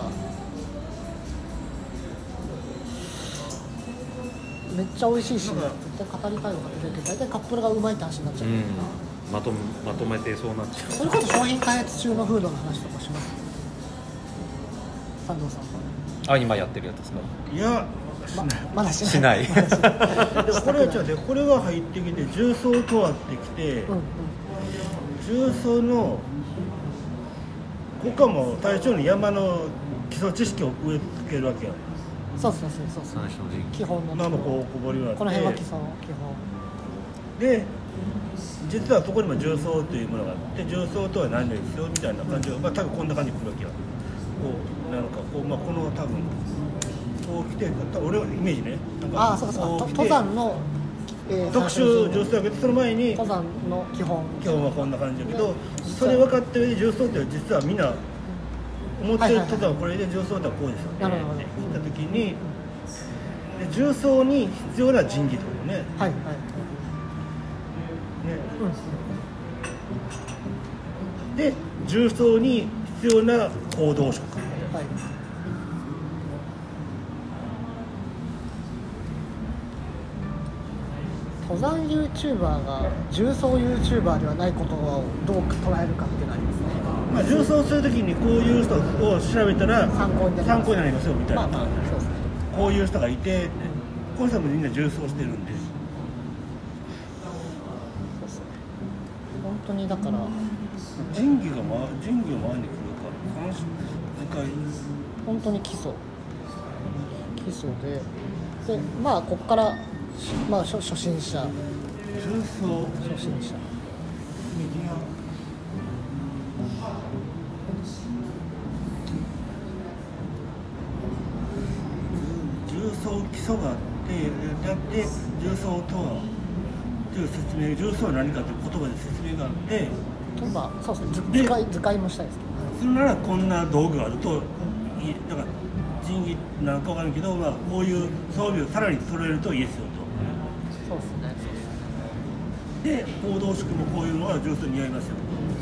Speaker 2: めっちゃ美味しいし、絶対語りたいのかって言うけど大体カップルがうまいって話になっちゃう、
Speaker 3: まとめてそうなっちゃう。
Speaker 2: それこそ商品開発中のフードの話とかします。佐藤さんは
Speaker 3: あ、今やってるやつですか。
Speaker 1: いや
Speaker 2: まだし
Speaker 3: しない
Speaker 1: でこれは違うでこれが入ってきて重曹とわってきて、重曹のここも最初に山の基礎知識を植え付けるわけやん。
Speaker 2: そう
Speaker 3: 最初の時期
Speaker 2: 基本の
Speaker 1: まあこうこぼれがあって
Speaker 2: この辺は基礎基本
Speaker 1: で実はそこにも重曹というものがあって重曹とは何々ですよみたいな感じが、まあ多分こんな感じで来るわけや。こうなんかこう、まあ、この多分こう来て俺のイメージねなんか
Speaker 2: そうか
Speaker 1: こう来て
Speaker 2: 登山の、
Speaker 1: 特殊重曹だけどその前に
Speaker 2: 登山の基本
Speaker 1: はこんな感じだけどそれ分かってる上で重曹って実はみんな思ってる登山はこれで重曹ってこうですよね
Speaker 2: なるほど
Speaker 1: って言った時にで重曹に必要な仁義とかね
Speaker 2: はいはい、
Speaker 1: ねで重曹に必要な行動食
Speaker 2: はい登山 YouTuber が重曹 YouTuber ではないことをどう捉えるかっていうのがありますね。
Speaker 1: まあ重曹するときにこういう人を調べたら
Speaker 2: 参考になります
Speaker 1: 参考になりますよみたいな、
Speaker 2: まあそうですね。
Speaker 1: こういう人がいてってこの人もみんな重曹してるんで
Speaker 2: そうですね。本当にだから
Speaker 1: 仁義を前に来るから話深い
Speaker 2: 本当に基礎でまあここからまあ初心者
Speaker 1: 重曹
Speaker 2: 初心者
Speaker 1: メディア重曹基礎があってやって重曹とはという説明重曹は何かという言葉で説明があって
Speaker 2: まあそうです
Speaker 1: で
Speaker 2: ね図解もしたいですけ
Speaker 1: それならこんな道具があるといいだから仁義なのか分からんけど、まあ、こういう装備をさらに揃えるといいですよ
Speaker 2: ど、そうですね。
Speaker 1: とで行動式もこういうのが上手に似合いますよ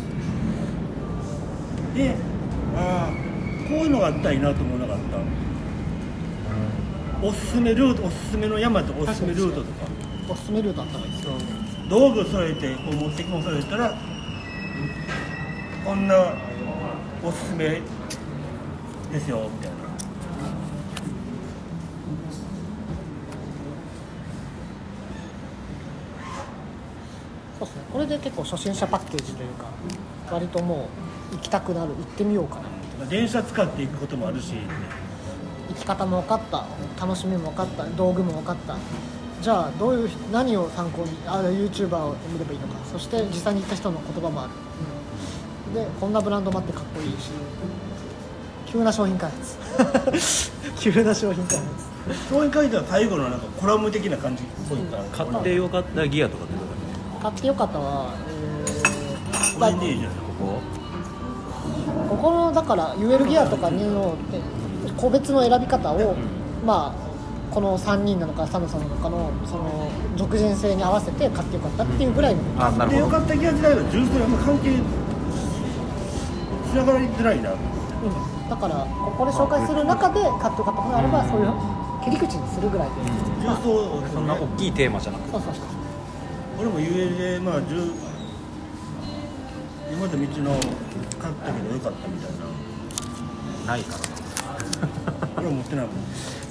Speaker 1: でこういうのがあったらいいなと思わなかったおすすめルートおすすめの山とおすすめルートとか
Speaker 2: おすすめルートあった方がいいですよ。
Speaker 1: 道具を揃えてこう持ってきも揃えたらこんなおすすめですよみたいな
Speaker 2: そうですね。これで結構初心者パッケージというか割ともう行きたくなる行ってみようかな。
Speaker 1: 電車使っていくこともあるし
Speaker 2: 生き方も分かった楽しみも分かった道具も分かったじゃあ何を参考にYouTuber を見ればいいのかそして実際に行った人の言葉もある、でこんなブランドもあってかっこいいし急な商品開発急な商品開発
Speaker 1: 商品開発は最後のなんかコラム的な感じっぽいから
Speaker 3: 買ってよかったギアとか出た
Speaker 2: 買ってよかったは、
Speaker 1: これでいいじゃん
Speaker 2: ここのだから言えるギアとかの個別の選び方を、まあこの3人なのか佐野さんなのかのその属人性に合わせて買ってよかったっていうぐらいの
Speaker 3: あ、なるほど。
Speaker 1: でよかった気がしないけど純粋にあんま関係つながりづらいな
Speaker 2: だからここで紹介する中で買ってよかったものがあればそういう切り口にするぐらいで、
Speaker 1: 重曹
Speaker 3: そんな大きいテーマじゃなくて。
Speaker 2: そう
Speaker 1: 俺も UL でまあ今まで道の買ったけどよかったみたいな
Speaker 3: ないからな。
Speaker 1: 俺は持ってないもん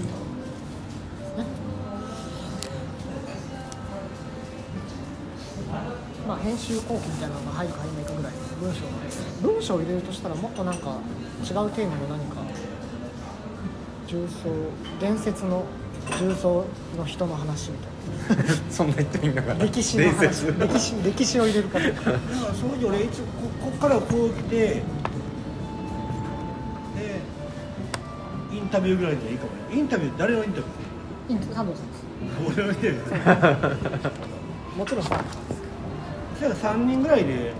Speaker 2: まあ編集後期みたいなのが入るか入らないかぐらい文章を入れるとしたらもっとなんか違うテーマの何か重曹伝説の重曹の人の話みたいな
Speaker 3: そんな言っていいんだから。
Speaker 2: 歴史の話歴史を入れるかとか
Speaker 1: 正直俺一応こっからこう来てでインタビューぐらいでいいかもねインタビュー誰のインタビュー
Speaker 2: 佐藤さんです
Speaker 1: 俺のインタビュー
Speaker 2: もちろんさ
Speaker 1: それが3人ぐらいで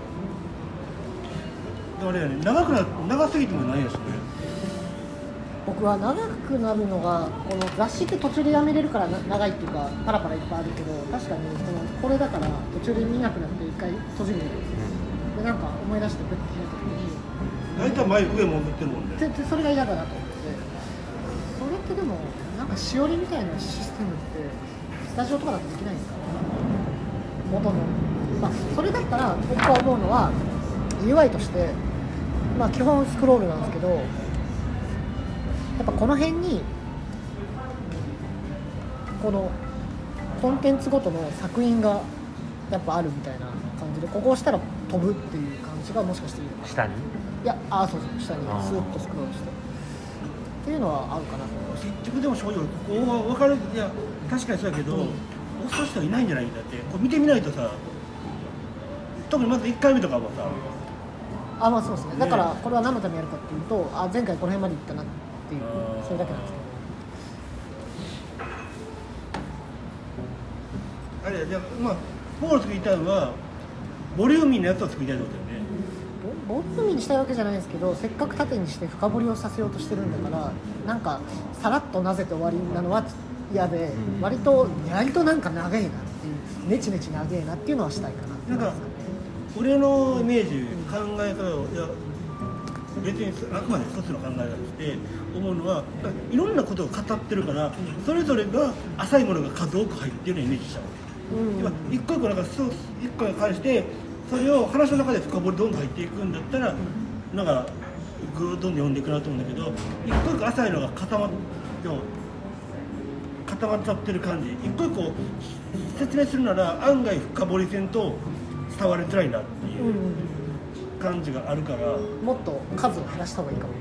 Speaker 1: あれやね、長すぎてもないですね。
Speaker 2: 僕は長くなるのがこの雑誌って途中でやめれるから長いっていうかパラパラいっぱいあるけど、確かにこれだから途中で見なくなって一回閉じるんですよ。でなんか思い出してブッて開いた時に
Speaker 1: 大体前上も持ってるもんね。
Speaker 2: でそれが嫌だなと思って、それってでもなんかしおりみたいなシステムってスタジオとかだとできないんですか？元の、まあ、それだったら僕が思うのは UI として、まあ、基本スクロールなんですけど、やっぱこの辺にこのコンテンツごとの作品がやっぱあるみたいな感じで、ここを押したら飛ぶっていう感じがもしかしていいのかな。
Speaker 3: 下に
Speaker 2: いや、そうそう、下にスーッとスクロールしてっていうのはあるかなと思います。
Speaker 1: 結局でも正直ここは分かる。いや確かにそうやけど、押す人いないんじゃないんだって。これ見てみないとさ、特にまず1回目とかはさ、
Speaker 2: まあそうですね。だからこれは何のためにやるかっていうと、前回この辺まで行ったなっていう、それだけなんですけど。
Speaker 1: あれじゃまあポール作りたいのはボリューミーなやつを作りたいってことだよね。
Speaker 2: ボリューミーにしたいわけじゃないんですけど、せっかく縦にして深掘りをさせようとしてるんだから、なんかさらっと混ぜて終わりなのは嫌で、割となんか長いなっていう、ネチネチ長いなっていうのはしたいかな。
Speaker 1: なんか俺のイメージ考え方を、いや別にあくまで一つの考え方として思うのは、いろんなことを語ってるから、それぞれが浅いものが数多く入ってるようなイメージしちゃう。今一個一個なんか一個に関してそれを話の中で深掘りどんどん入っていくんだったら、なんかぐーっとどんどん読んでいくなと思うんだけど、一個一個浅いのが固まっちゃってる感じ。一個一個説明するなら案外深掘りせんと伝わりづらいなっていう感じがあるから、
Speaker 2: もっと数を減らした方がいいかも。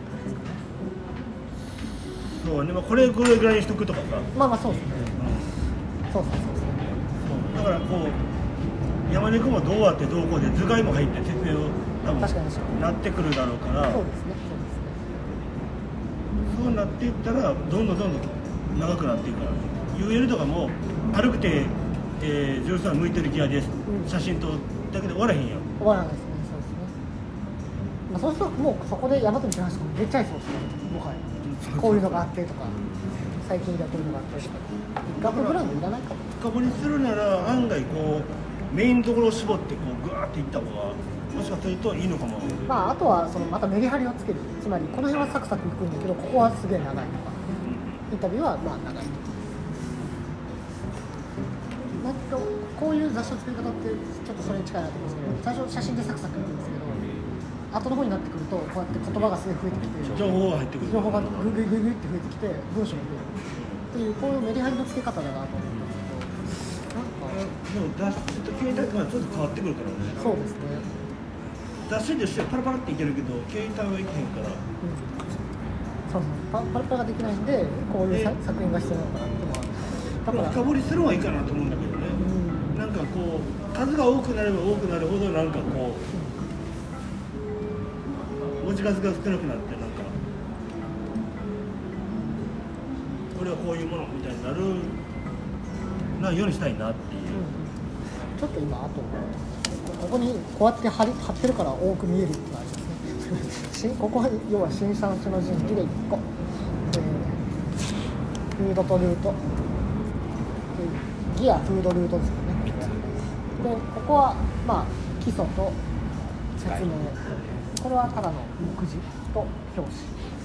Speaker 1: そうね、まあ、これぐらいにしとくとかさ、
Speaker 2: まあそうですね。そう
Speaker 1: だからこう山根君もどうあってどうこうで図解も入って説明を多分
Speaker 2: 確かに
Speaker 1: なってくるだろうから、
Speaker 2: そうですね。
Speaker 1: そうなっていったらどんどん長くなっていくから、UL とかも軽くて、13向いてるギアです、写真撮るだけで終わらへんやん。
Speaker 2: 終わらないですね。そうですね。まあそうするともうそこで山と道の話とか出ちゃいそうですね。もはやこういうのがあってとか、最近ではこういうのがあってとか、ピックアップブランドいらないかも。
Speaker 1: 深掘りするなら案外こうメインのところを絞ってこうグワーっていった方がもしかするといいのかも。
Speaker 2: まああとはまたメリハリをつける。つまりこの辺はサクサクいくんだけど、ここはすげえ長いとか、インタビューはまあ長いとか。なんかこういう雑誌の作り方ってちょっとそれに近いなと思うんですけど、最初写真でサクサクいくんですけど、後の方になってくるとこうやって言葉がすごい増えてきて、
Speaker 1: 情報が入ってくる。
Speaker 2: 情報がググググって増えてきて文章も増えるっていう、こういうメリハリのつけ方だなと思ったんですけど、なんか
Speaker 1: でも雑誌と携帯とかちょっと変わってくるからね。
Speaker 2: そうですね。
Speaker 1: 雑誌としてはパラパラっていけるけど携帯はいけへんから、
Speaker 2: そうパラパラができないんで、こういう作品が必要なのかなっていうのは。だから
Speaker 1: 深掘りするのはいいかなと思うんだけどね、なんかこう数が多くなれば多くなるほどなんかこう文字数が少なくなって、なんかこれはこういうものみたいになるようにしたいなっていう、
Speaker 2: ちょっと今あとここにこうやって貼ってるから多く見えるっていうのがありますねここは要は新三種の神器で1個、フードとルート、ギアフードルートですよね。でここはまあ基礎と説明、これはただの目次と表紙。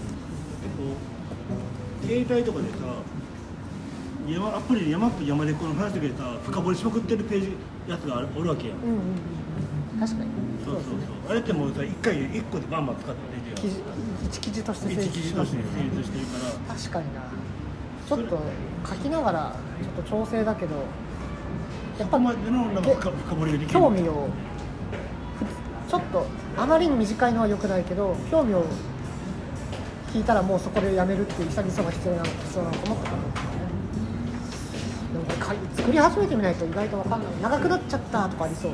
Speaker 1: 携帯とかでさ、アプリで山でこの話だけでさ深掘りしまくってるページやつがおるわけやん。
Speaker 2: 確かに
Speaker 1: そうあれってもうさ1回で1個でバンバン使ってるじゃん。
Speaker 2: 一記事として
Speaker 1: 一記事として成立してるから。
Speaker 2: 確かにな。ちょっと書きながらちょっと調整だけど、やっぱ
Speaker 1: までのなんか深掘りができる。
Speaker 2: 興味をちょっとあまりに短いのは良くないけど、興味を引いたらもうそこでやめるっていう潔さが必要なのかもって思ったんですよね。でも作り始めてみないと意外と分かんない。長くなっちゃったとかありそう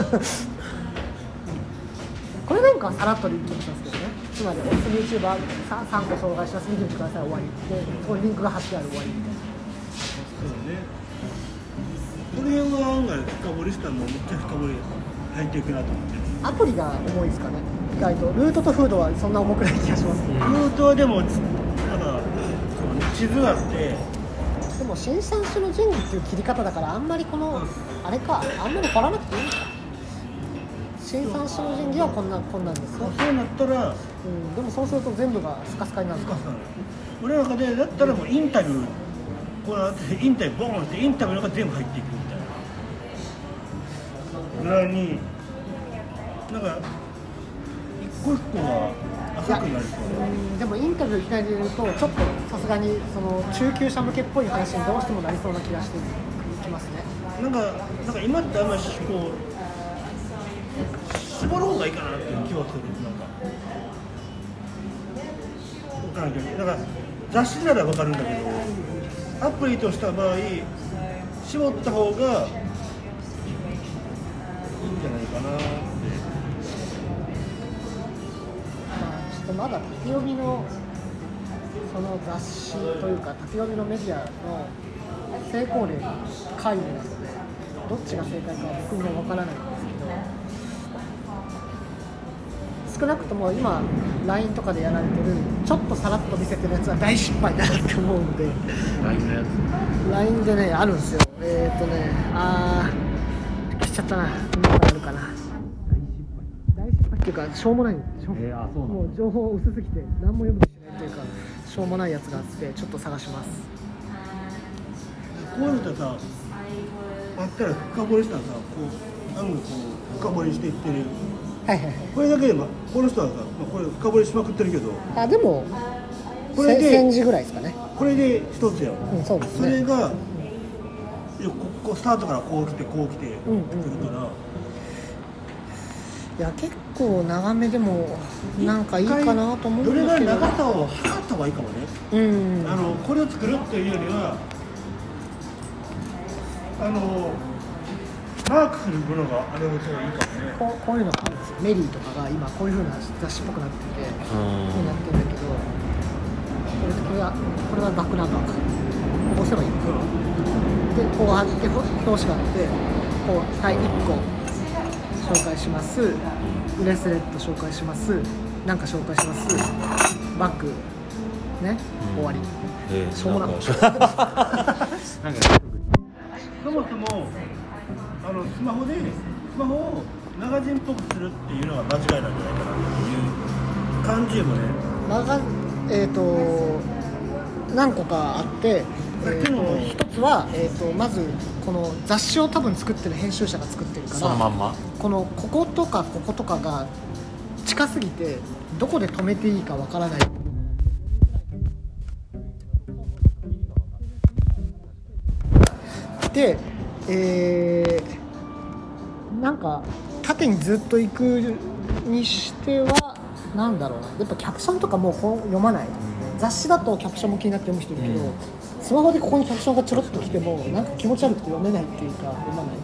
Speaker 2: これなんかはさらっとできますけどね。つまりおすすめ YouTuber 3個紹介します、見てみてください、終わりで、そこにリンクが貼ってある、終わりみたいな。
Speaker 1: そうね。この辺は案外深掘りしたらもうめっちゃ深掘りです。 入っていくなと思ってる。
Speaker 2: アプリが重いですかね、意外と。ルートとフードはそんな重くない気がしますね。
Speaker 1: ルートはでもなんか地図があって、
Speaker 2: でも新三種の神器っていう切り方だから、あんまりこのあれか、あんまり掘らなくていいのか。新三種の神器はこんなんですよ。
Speaker 1: そうなったら
Speaker 2: でもそうすると全部がスカスカになる。
Speaker 1: 俺の中でだったらもうインタビューこうやってインタビューボーンってインタビューの中全部入っていくみたいなぐらいになんか一個一個が浅くなると。
Speaker 2: でもインタビューいきなり入れるとちょっとさすがにその中級者向けっぽい話にどうしてもなりそうな気がしてきますね。
Speaker 1: なんか今ってあんまりこう絞る方がいいかなっていう気はする。なんか分からんけど、だから雑誌なら分かるんだけど、アプリとした場合絞った方がいいんじゃないかなって。
Speaker 2: ちょっとまだ縦読みのその雑誌というか縦読みのメディアの成功例が皆無なので、どっちが正解かは僕にも分からないんですけど、少なくとも今 LINE とかでやられてるちょっとさらっと見せてるやつは大失敗だなって思うので、
Speaker 3: LINE のやつ
Speaker 2: LINE でねあるんですよ。消しちゃったな。今からあるかな。大失敗っていうかしょうもないんですよ。
Speaker 3: そうなの。
Speaker 2: もう情報薄すぎて何も読む気しないというか、しょうもないやつがあってちょっと探します。
Speaker 1: こういうのってさあったら深掘りしたらさ、こう深掘りしていってる。
Speaker 2: はいはいはい。
Speaker 1: これだけでこの人はさ、これ深掘りしまくってるけど、
Speaker 2: でも
Speaker 1: これで
Speaker 2: 1000字ぐらいですかね。
Speaker 1: これで一つやん。
Speaker 2: そうですね。
Speaker 1: それがこスタートからこう来てこう来てくるから、
Speaker 2: いや結構長めでもなんかいいかなと思うんですけど、
Speaker 1: どれぐらい長さを測った方がいいかもね。これを作るっていうよりはマークするものがあれをした方がいいかもね。
Speaker 2: こういうのがあるんですよ。メリーとかが今こういう風な雑誌っぽくなっててになってるんだけど、これはバックナンバーか、こう押せばいいのかで、こう貼って表紙があって、こうはい1個紹介します、ブレスレット紹介します、なんか紹介します、バッグね、終わり。しょうもなく
Speaker 1: そもそもスマホをマガジンっぽくするっていうのが間違いなんじゃないかなっていう感じもね。
Speaker 2: 何個かあって、一つは、まずこの雑誌を多分作ってる編集者が作ってるから、
Speaker 3: そのまんま
Speaker 2: こことかこことかが近すぎてどこで止めていいかわからない。で、なんか縦にずっと行くにしてはなんだろうな、やっぱキャプションとかもう読まない。雑誌だとキャプションも気になって読む人いるけど、スマホでここにキャプションがちょろっと来てもなんか気持ち悪くて読めないっていうか読まない。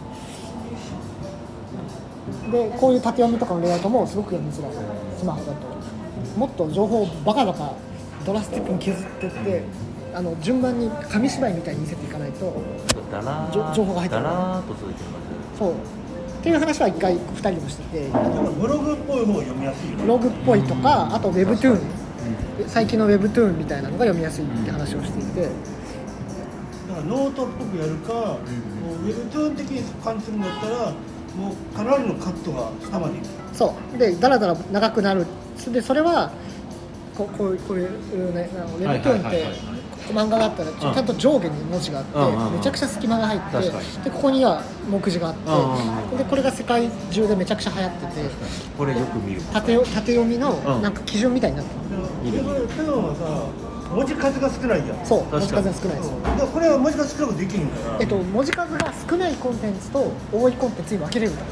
Speaker 2: でこういう縦読みとかのレイアウトもすごく読みづらい。スマホだともっと情報をバカバカドラスティックに削ってって順番に紙芝居みたいに見せていかないと情報が入ってこない。
Speaker 3: だらーっと続いてる感じ。
Speaker 2: そうっていう話は一回2人でもしてて、
Speaker 1: ブログっぽい方が読みやすいよね。
Speaker 2: ブログっぽいとか、あと Webtoon、最近の Webtoon みたいなのが読みやすいって話をしていて、
Speaker 1: だからノートっぽくやるか、もう Webtoon 的に感じするんだったらもうかなりのカットが下までいく。
Speaker 2: そうでだらだら長くなる。でそれはこういうね、Webtoon って漫画があったらちゃんと上下に文字があって、めちゃくちゃ隙間が入って、でここには目次があって、でこれが世界中でめちゃくちゃ流行ってて、
Speaker 3: これよく見る。
Speaker 2: 縦読みのなんか基準みたいになってる。
Speaker 1: Webtoonはさ文字数が少ないやん。
Speaker 2: そう文字数が少ないです。
Speaker 1: だからこれは文字数少なくできるんだから、
Speaker 2: 文字数が少ないコンテンツと多いコンテンツに分けれるんだ。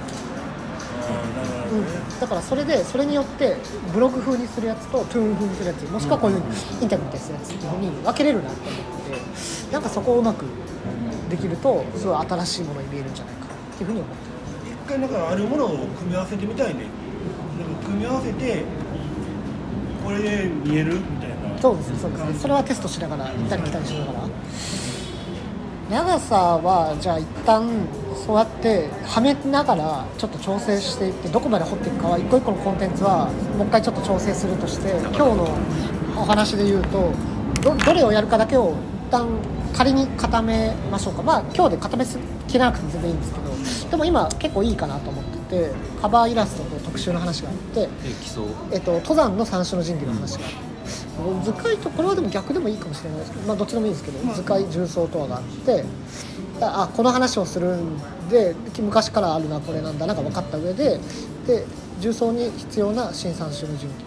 Speaker 2: だからそれによってブログ風にするやつとトゥーン風にするやつ、もしくはこういうインタビューみたいにするやつっていう風に分けれるなと思ってて、なんかそこをうまくできるとすごい新しいものに見えるんじゃないかなっていう風に思ってる。
Speaker 1: 一回だからあるものを組み合わせてみたいね。組み合わせてこれで見えるみたいな。
Speaker 2: そうですね。それはテストしながら行ったり来たりしながら。長さはじゃあ一旦そうやってはめながらちょっと調整していってどこまで掘っていくかは一個一個のコンテンツはもう一回ちょっと調整するとして、今日のお話で言うと どれをやるかだけを一旦仮に固めましょうか。まあ今日で固めきらなくても全然いいんですけど、でも今結構いいかなと思ってて、カバーイラストと特集の話があって、登山の三種の神器の話があって、図解とこれはでも逆でもいいかもしれないですけど、まあどっちでもいいんですけど、図解重曹とはがあって、この話をするんで昔からあるなこれなんだなんか分かった上で重曹に必要な新三種の神器。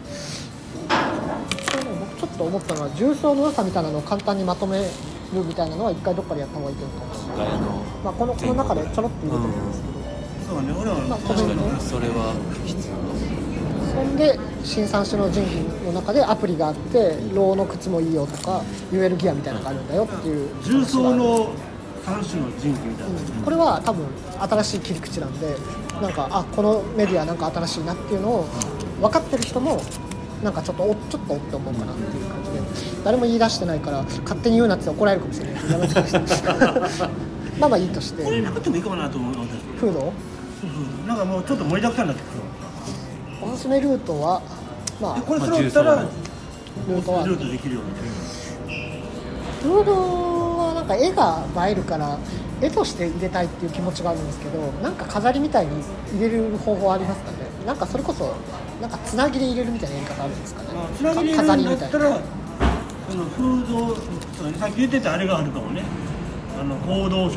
Speaker 2: 僕ちょっと思ったのは重曹の良さみたいなのを簡単にまとめるみたいなのは一回どっかでやった方がいいと思うかもしれない。まあこの中でちょろっと入れてもいいんですけど、
Speaker 1: そうね、俺は
Speaker 2: まあこのね、
Speaker 3: それは必要。
Speaker 2: そんで新三種の神器の中でアプリがあって、ローの靴もいいよとか UL ギアみたいなのがあるんだよっていう
Speaker 1: 重曹の三種の神器みたいな、
Speaker 2: これは多分新しい切り口なんで、なんかこのメディアなんか新しいなっていうのを分かってる人もなんかちょっとって思うかなっていう感じで、誰も言い出してないから勝手に言うなって怒られるかもしれないけどやめてくださいまあいいとして、
Speaker 1: これなくてもいいかもなと思う。
Speaker 2: フード
Speaker 1: なんかもうちょっと盛りだくさんになってくる。
Speaker 2: おすすめルートはまあ
Speaker 1: これ揃ったら
Speaker 2: ルートは
Speaker 1: ルートできるよみたいな。
Speaker 2: フードはなんか絵が映えるから絵として入れたいっていう気持ちがあるんですけど、なんか飾りみたいに入れる方法ありますかね。なんかそれこそなんかつなぎで入れるみたいなやり方あるんですかね。
Speaker 1: つなぎで入れるんだったらそのフード、さっき言ってたあれがあるかもね、行動食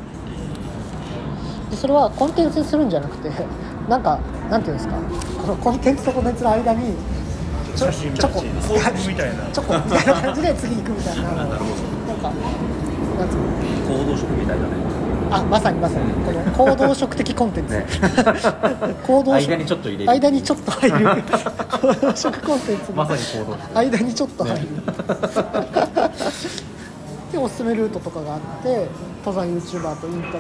Speaker 2: でそれはコンテンツにするんじゃなくて、なんかなんていうんですか、このコンテンツとコンテンツの間に
Speaker 1: 写真
Speaker 2: チョコ
Speaker 1: 広告みたいな
Speaker 2: チョコみたいな感じで次行くみたいななんかなんつうの
Speaker 3: 行動食みたいだね。
Speaker 2: まさにこの行動食的コンテンツ、ね、行動食
Speaker 3: 間にちょっと入れる、
Speaker 2: 間にちょっと入る行動食コンテンツ
Speaker 3: まさに行動食、
Speaker 2: 間にちょっと入る、ね、でおすすめルートとかがあって、登山 YouTuber とインタビューがあって、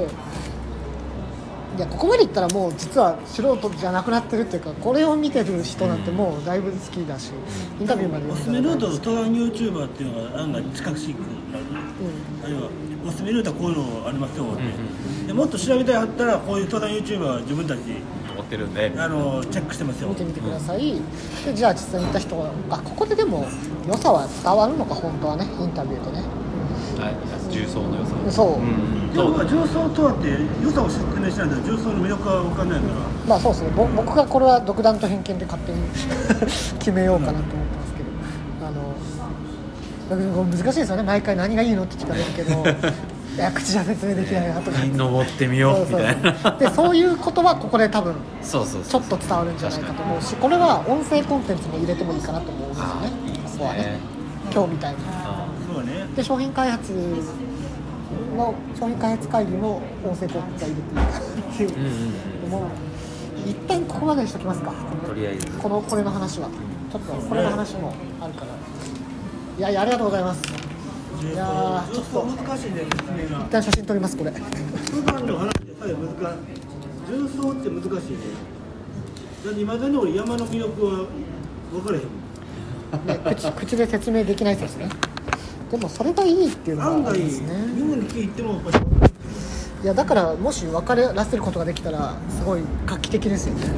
Speaker 2: いやここまでいったらもう実は素人じゃなくなってるっていうか、これを見てる人なんてもうだいぶ好きだし、インタビューまで
Speaker 1: おすすめルートと登山 YouTuber っていうのが案外近しくなる、あるいはおすすめルートはこういうのありますよって、でもっと調べたいあったらこういう登山 YouTuber は自分たち
Speaker 3: 持ってるんで
Speaker 1: チェックしてますよ、
Speaker 2: 見てみてください。でじゃあ実際に行った人がここででも良さは伝わるのか本当はね、インタビューとね、
Speaker 3: はい、重曹の良さ、
Speaker 2: そう、
Speaker 1: でも重曹とはって良さを説明しないと重曹の魅力は分かんないから、
Speaker 2: まあそうですね、僕がこれは独断と偏見で勝手に決めようかなと思ってますけど、難しいですよね、毎回何がいいのって聞かれるけどいや口じゃ説明できないなとか、
Speaker 3: 登ってみようみたいな
Speaker 2: でそういうことはここで多分
Speaker 3: そう
Speaker 2: ちょっと伝わるんじゃないかと思うし、これは音声コンテンツも入れてもいいかなと思うんですよね、ここはね、今日みたいに。
Speaker 1: そうね、
Speaker 2: で商品開発会議も音声コンテンツは入れていいかなっていうのも、一旦ここまでにしときますか、
Speaker 3: とりあえず
Speaker 2: これの話はちょっとこれの話もあるから、いやありがとうございます。いやちょっと
Speaker 1: 難しいね、説明が
Speaker 2: 一旦写真撮りますこれ。
Speaker 1: 登山の話でさえ難しい、重曹って難しいね。だって未だに俺山の魅力は分からへんもん
Speaker 2: ね、口で説明できないですね。でもそれがいいっていうの
Speaker 1: 案外
Speaker 2: があるんですね。
Speaker 1: みんなに聞いてもやっぱり
Speaker 2: いやだからもし分からせることができたらすごい画期的ですよね。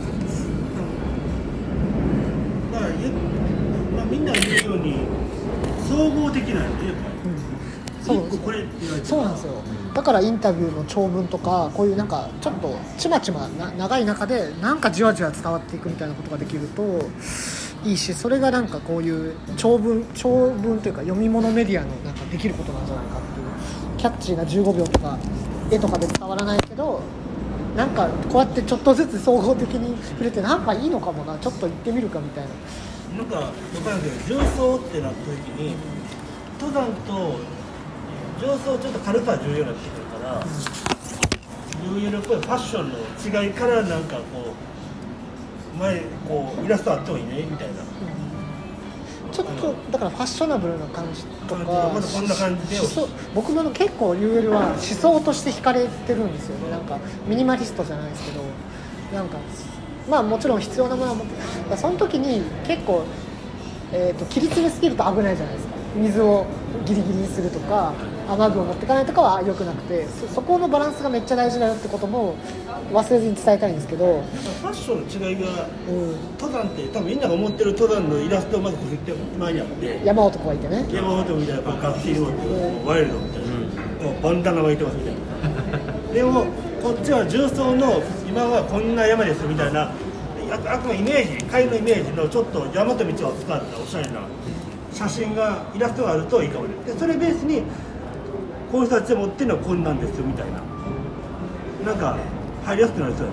Speaker 1: だからみんなが言うように総合的なんよね、やっぱり、
Speaker 2: そう
Speaker 1: これって言われて
Speaker 2: そうなんですよ。だからインタビューの長文とかこういうなんかちょっとちまちま長い中でなんかじわじわ伝わっていくみたいなことができるといいし、それがなんかこういう長文というか読み物メディアのなんかできることなんじゃないかっていう、キャッチーな15秒とか絵とかで伝わらないけど、なんかこうやってちょっとずつ総合的に触れてなんかいいのかもな、ちょっと行ってみるかみたいな。
Speaker 1: なんか分からんけど、重曹ってなった時に登山と重曹ちょっと軽さは重要になってくるから、UL っぽいファッションの違いからなんかこう前こうイラストあってもいいねみたいな、
Speaker 2: ちょっとだからファッショナブルな感じとか、
Speaker 1: まだこんな感じで
Speaker 2: 僕も結構 UL は思想として惹かれてるんですよね。なんかミニマリストじゃないですけど、なんかまあもちろん必要なものは持って、その時に結構、切り詰めすぎると危ないじゃないですか。 水をギリギリにするとか雨具を持っていかないとかは良くなくて、そこのバランスがめっちゃ大事だよってことも忘れずに伝えたいんですけど、
Speaker 1: ファッションの違いが、登山って多分みんなが思ってる登山のイラストをまず作って前にあって、
Speaker 2: 山男がいてね、
Speaker 1: 山本みたいな学生に持ってワイルドみたいな、バンダナ巻いてますみたいなでもこっちは重曹の今はこんな山ですみたいな、あくまでイメージ、帰りのイメージのちょっと山と道を使ったおしゃれな写真がイラストがあるといいかもね。でそれベースにこういう人たちが持ってるのはこんなんですよみたいな、なんか入りやすくなりそう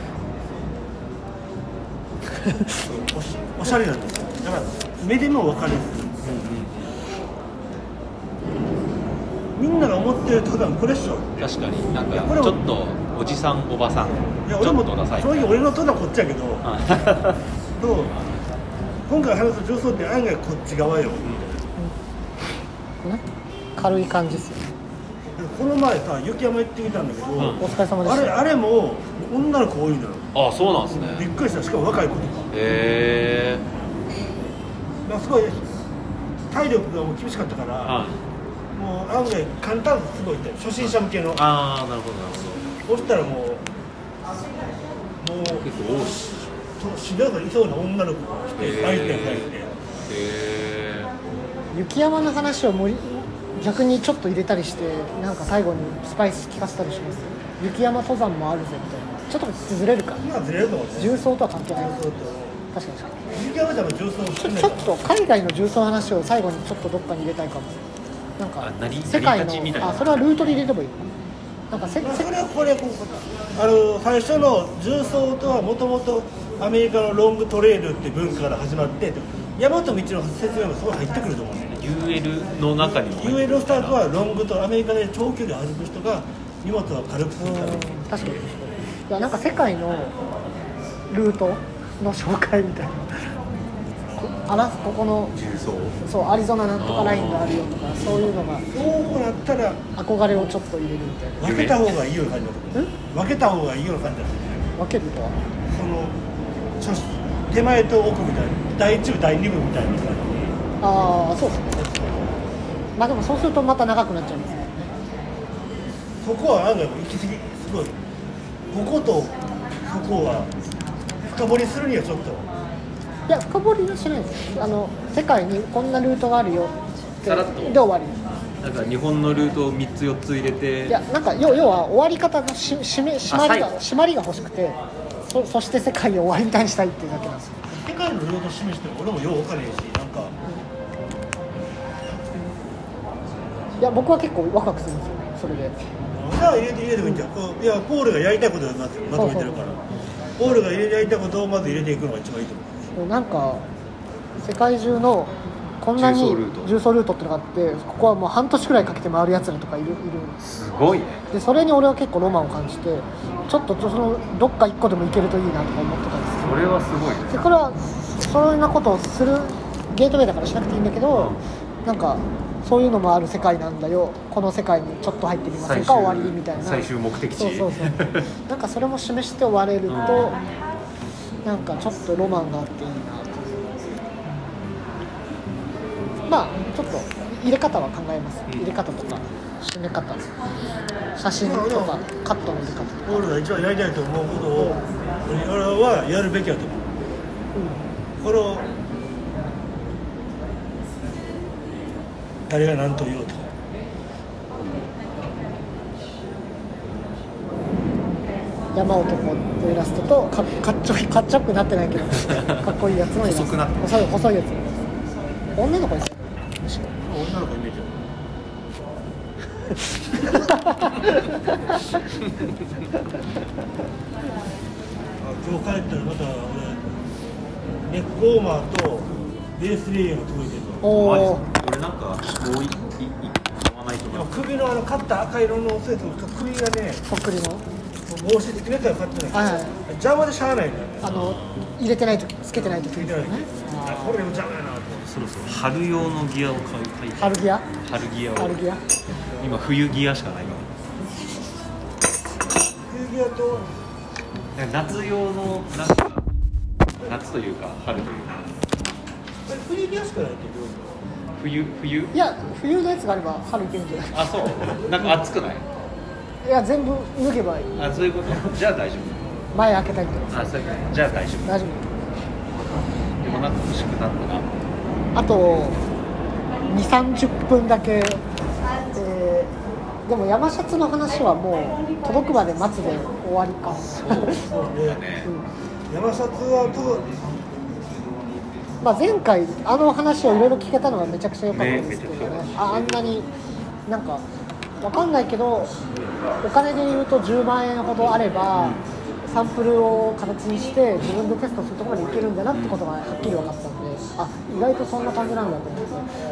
Speaker 1: やろおしゃれなんですよ。だから目でも分かる、みんなが思ってる登山これっしょ。
Speaker 3: 確かになんかちょっとおじさんおばさん、
Speaker 1: いや俺も
Speaker 3: ちょっとダサい、
Speaker 1: そういう俺の登山こっちやけどそう今回話す重曹って案外こっち側よ、
Speaker 2: 軽い感じですよね。
Speaker 1: この前さ雪山行ってみたんだけど、
Speaker 2: お疲れ様でした。
Speaker 1: あれも女の子多いのよ。
Speaker 3: あ、そうなんですね。
Speaker 1: びっくりした。しかも若い子とか、すごい体力がもう厳しかったから、もう案外簡単すごいって初心者向けの。
Speaker 3: ああ、なるほどなるほど。
Speaker 1: そしたらもう
Speaker 3: 結構多いし、
Speaker 1: 死ぬがいそうな女の子が来て相手が入って、
Speaker 2: 雪山の話を逆にちょっと入れたりして、なんか最後にスパイス効かせたりします。雪山登山もあるぜみたいな。ちょっとずれるか。
Speaker 1: 今ずれると思うね。
Speaker 2: 重曹とは関係ない。
Speaker 1: 重曹と
Speaker 2: 確かに
Speaker 1: 雪山でも重曹を
Speaker 2: ちょっと海外の重曹の話を最後にちょっとどっかに入れたいかも。なんか世界のそれはルートで入れればいい。なんか
Speaker 1: それはこれ最初の重曹とはもともとアメリカのロングトレイルって文化から始まって、山と道の説明もすごい入ってくると思うんですね。
Speaker 3: UL の中にも
Speaker 1: UL スタートはロングとアメリカで長距離を歩く人が荷物を軽くするために。
Speaker 2: 確かに。いやなんか世界のルートの紹介みたいな。ここの
Speaker 3: 重曹、
Speaker 2: そうアリゾナなんとかラインがあるよとか、そういうのが
Speaker 1: そうなったら
Speaker 2: 憧れをちょっと入れるみたいな。
Speaker 1: 分けた方がいいような感じだと。分けた方がいいような感じだと。
Speaker 2: 分けるとは
Speaker 1: 手前と奥みたいな、第1部第2部みたいな感じ。
Speaker 2: ああ、そうですね。まあでもそうするとまた長くなっちゃいますね。
Speaker 1: そこは案外行き過ぎ、すごいこことそこは深掘りするにはちょっと。
Speaker 2: いや深掘りはしないです。世界にこんなルートがあるよって
Speaker 3: さらっと
Speaker 2: で終わり。
Speaker 3: なんか日本のルートを3つ4つ入れて、
Speaker 2: いやなんか要は終わり方の締まりが欲しくて、そして世界を終わりみたいにしたいっていうだけなんですよ。
Speaker 1: 世界のルート示しても俺もよう分かれへんし、なんか、
Speaker 2: いや僕は結構ワクワクするんですよそれで。
Speaker 1: じゃあ入れてもいいんじゃん。いやポールがやりたいことをまとめてるから、ポールがやりたいことをまず入れていくのが一番いいと思う。
Speaker 2: なんか世界中のこんなに重曹ルートってのがあって、ここはもう半年くらいかけて回るやつらとかいる。
Speaker 3: すごいね。
Speaker 2: でそれに俺は結構ロマンを感じて、ちょっとそのどっか1個でも行けるといいなとか思ってたんですよ。
Speaker 3: それはすごいね。
Speaker 2: でこれはそんなことをするゲートウェイだからしなくていいんだけど、なんかそういうのもある世界なんだよ、この世界にちょっと入ってみませんか終わりみたいな
Speaker 3: 最終目的地。
Speaker 2: そうなんかそれも示して終われると、なんかちょっとロマンがあっていいなと。まあちょっと入れ方は考えます。入れ方とか締め方、写真とかカットの入れ方とか。
Speaker 1: ポールが一番やりたいと思うことを俺はやるべきだと思う。これを誰が何と言おうと。
Speaker 2: 山男のイラストとかっちょよくなってないけどかっこいいやつのイラスト。細いやつ。女の子ですよ。
Speaker 1: 女の子イメージ今日帰ったらまた俺ネックウォーマーとベースレイヤーが届いてるの。
Speaker 2: おー、
Speaker 3: 俺なんかもう買わないとな。
Speaker 1: 首のカッター赤色のスーツの首がね、
Speaker 2: そっくりの
Speaker 1: 帽子的なやつは買ってないけど、
Speaker 2: はいはい、
Speaker 1: 邪魔でしゃあないんだよね。
Speaker 2: 入れてないとき、つけてないとき、
Speaker 1: つけてないとき、これでも邪魔やなと。
Speaker 3: そろそろ春用のギアを買いたい。
Speaker 2: 春ギア
Speaker 3: 今冬ギアしかないから。
Speaker 1: 冬ギアと
Speaker 3: 夏用のなんか夏というか春というか。
Speaker 1: 冬ギアしかないってどういうの？
Speaker 3: 冬
Speaker 2: いや冬のやつがあれば春いけるんじゃない？
Speaker 3: あ、そうなんか暑くない？
Speaker 2: いや全部脱げばいい。
Speaker 3: あ、そういうことじゃあ大丈
Speaker 2: 前開けたりと
Speaker 3: 夫。
Speaker 2: か。
Speaker 3: あ、そういうことじゃあ大丈夫。
Speaker 2: 大丈
Speaker 3: でもなんか欲しくなったな。
Speaker 2: 夫。あと2、30分だけ、でも山シャツの話はもう届くまで待つで終わりか。
Speaker 3: そうだね。
Speaker 1: 山シャツは多分
Speaker 2: まあ、前回あの話をいろいろ聞けたのがめちゃくちゃ良かったんですけどね。
Speaker 3: ね、
Speaker 2: あんなになんかわかんないけどお金で言うと10万円ほどあればサンプルを形にして自分でテストするところまでいけるんだなってことがはっきり分かったんで、あ、意外とそんな感じなんだと思って、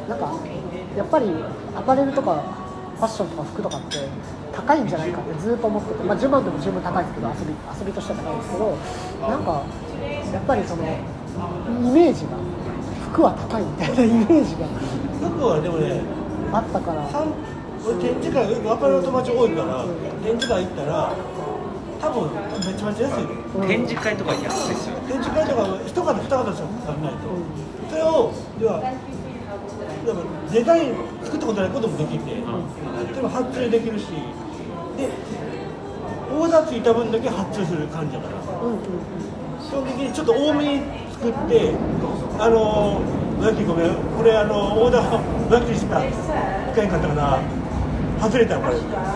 Speaker 2: なんかやっぱりアパレルとかファッションとか服とかって高いんじゃないかってずっと思ってて、まあ、10万でも十分高いですけど遊びとしては高いですけど、なんかやっぱりそのイメージが服は高いみたいなイメージが
Speaker 1: 服はでもね
Speaker 2: あったから
Speaker 1: 俺展示会アパレルの友達多いから、展示会行ったら多分めちゃめちゃ安いの、
Speaker 3: 展示会とか安いですよ。
Speaker 1: 展示会とか一方二方しか食べないと、それを要はデザイン作ったことないこともできて、でも発注できるし、でオーダーついた分だけ発注する感じだから、基本的にちょっと多めに作って、ごめん、これオーダーブラッキーした使えんかったかな、外れたのこれ。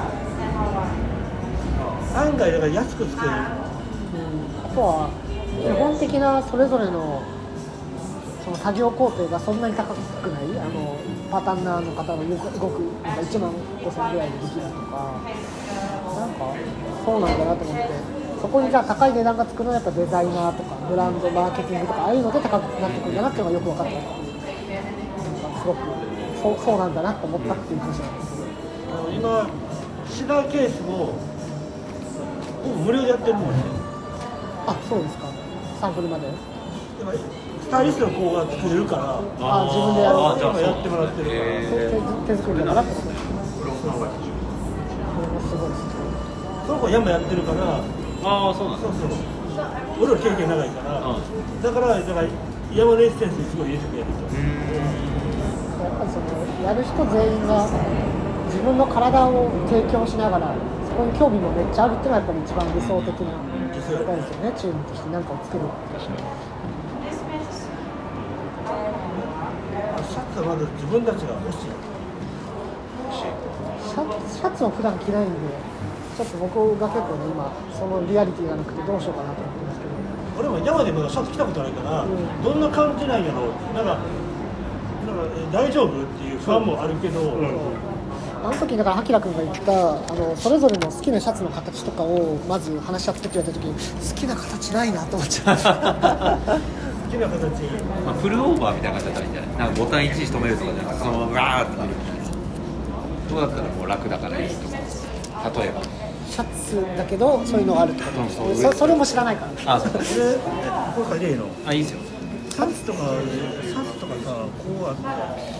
Speaker 1: 案外だから安く作れる。
Speaker 2: あとは基本的なそれぞれのその作業工程がそんなに高くない、パタンナーの方が動くなんか1万5,000円ぐらいでできるとか、なんかそうなんだなと思って、そこにじゃあ高い値段がつくのはやっぱデザイナーとかブランドマーケティングとかああいうので高くなってくるんだなっていうのがよく分かったっていう、なんかすごくそうなんだなと思ったっていう話なんですけど、
Speaker 1: 今シダーケースも無料でやってるもんね。
Speaker 2: あ、そうですか、サンプルまで
Speaker 1: スタイリストの子が作れるから、
Speaker 2: 自分でやる
Speaker 1: 今やってもらってるから、
Speaker 2: 手作りだからってことですね。それもすごいですね。
Speaker 1: その子山やってるから、
Speaker 3: ああ、そうなんです
Speaker 1: そうそう、俺ら経験長いから、だから山のエッセンスにすごい入れてくれると。
Speaker 2: やっぱりそのやる人全員が自分の体を提供しながらそこに興味もめっちゃあるっていうのはやっぱり一番理想的な状態ですよね、チームとして何かを作るっていう。
Speaker 1: シャツはまず自分たちが欲しい。
Speaker 2: シャツを普段着ないんで、ちょっと僕が結構ね今そのリアリティがなくてどうしようかなと思ってますけど。
Speaker 1: 俺も山でまだシャツ着たことないから、どんな感じなんやろう、なんか大丈夫っていう不安もあるけど、
Speaker 2: あの時だから明君が言ったそれぞれの好きなシャツの形とかをまず話し合ってくれた時に好きな形ないなと思っちゃう。
Speaker 1: 好きな形、
Speaker 3: まあ、フルオーバーみたいな感じだったらいいんじゃない？なんかボタン1時止めるとかじゃなくてそのままガーッと切るみたいな。どうだったらもう楽だからいいとか、例えば
Speaker 2: シャツだけどそういうのがあるってこと、それも知らないから。
Speaker 3: あ、そう
Speaker 1: これ書いていいの？
Speaker 3: あ、いいですよ。
Speaker 1: シャツとかさ、こうあって、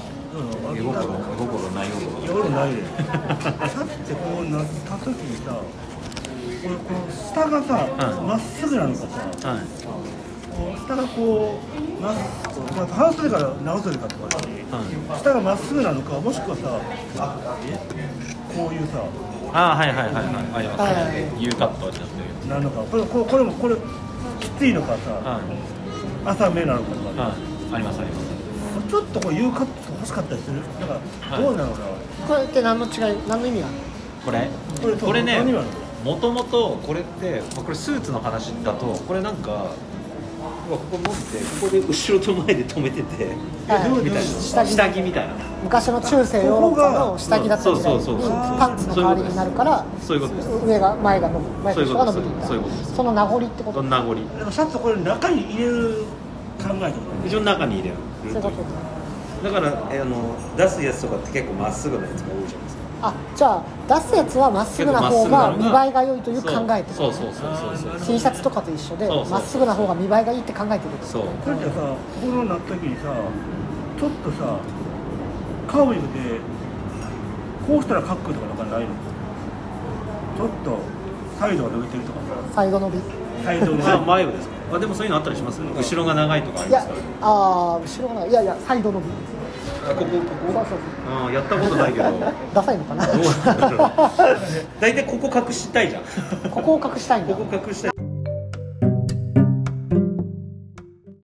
Speaker 3: 絵心ないよ。
Speaker 1: 夜ないで。シャツってこうなった時にさ、この下がさ、まっすぐなのかさ、
Speaker 3: はい、
Speaker 1: 下がこう半袖から長袖かとかし、下がまっすぐなのか、もしくはさ、こういうさ、
Speaker 3: はい、ありますね。U カットになってる。
Speaker 1: なのか、これきついのかさ、浅めなのかとか、
Speaker 3: あります。
Speaker 1: ちょっとこう U カット欲しかったりする。だからどうなのかな。
Speaker 2: これって何の意味がある？
Speaker 3: これね、もともとこれってこれスーツの話だとこれなんかここ持ってここで後ろと前で止めてて、みたいな下着みたいな。
Speaker 2: 昔の中世ヨーロッパの下着だった時代にパンツの代わりになるから、
Speaker 3: そういうことです。
Speaker 2: 前と下が伸びていた。その名残ってこと。
Speaker 3: 名残。
Speaker 1: でもシャツこれ中に入れる考えとか。
Speaker 3: 一応中に入れる。
Speaker 2: そういうこと
Speaker 3: だから出すやつとかって結構まっすぐなやつが多いじゃないですか。
Speaker 2: あ、じゃあ出すやつはまっすぐな方が見栄えが良いという考えてる。
Speaker 3: そう
Speaker 2: T シャツとかと一緒でまっすぐな方が見栄えがいいって考えてる。
Speaker 1: そう。これってさ、ここのなった時にさ、ちょっとさ、カーブでこうしたらかっこいいとかなんかないの？ちょっとサイドが伸びてるとかさ。
Speaker 2: サイド伸び。
Speaker 1: サイド
Speaker 3: が前ですか？でもそういうのあったりします？後ろが長いとかありますか？
Speaker 2: 後ろが長い。いやサイド伸び。
Speaker 3: ここ
Speaker 2: そうそう
Speaker 3: あやったことないけど
Speaker 2: ダサいのかな。
Speaker 3: どうなんだろう大体ここ隠したいじゃん
Speaker 2: ここを隠したいんだ。
Speaker 3: ここ隠したい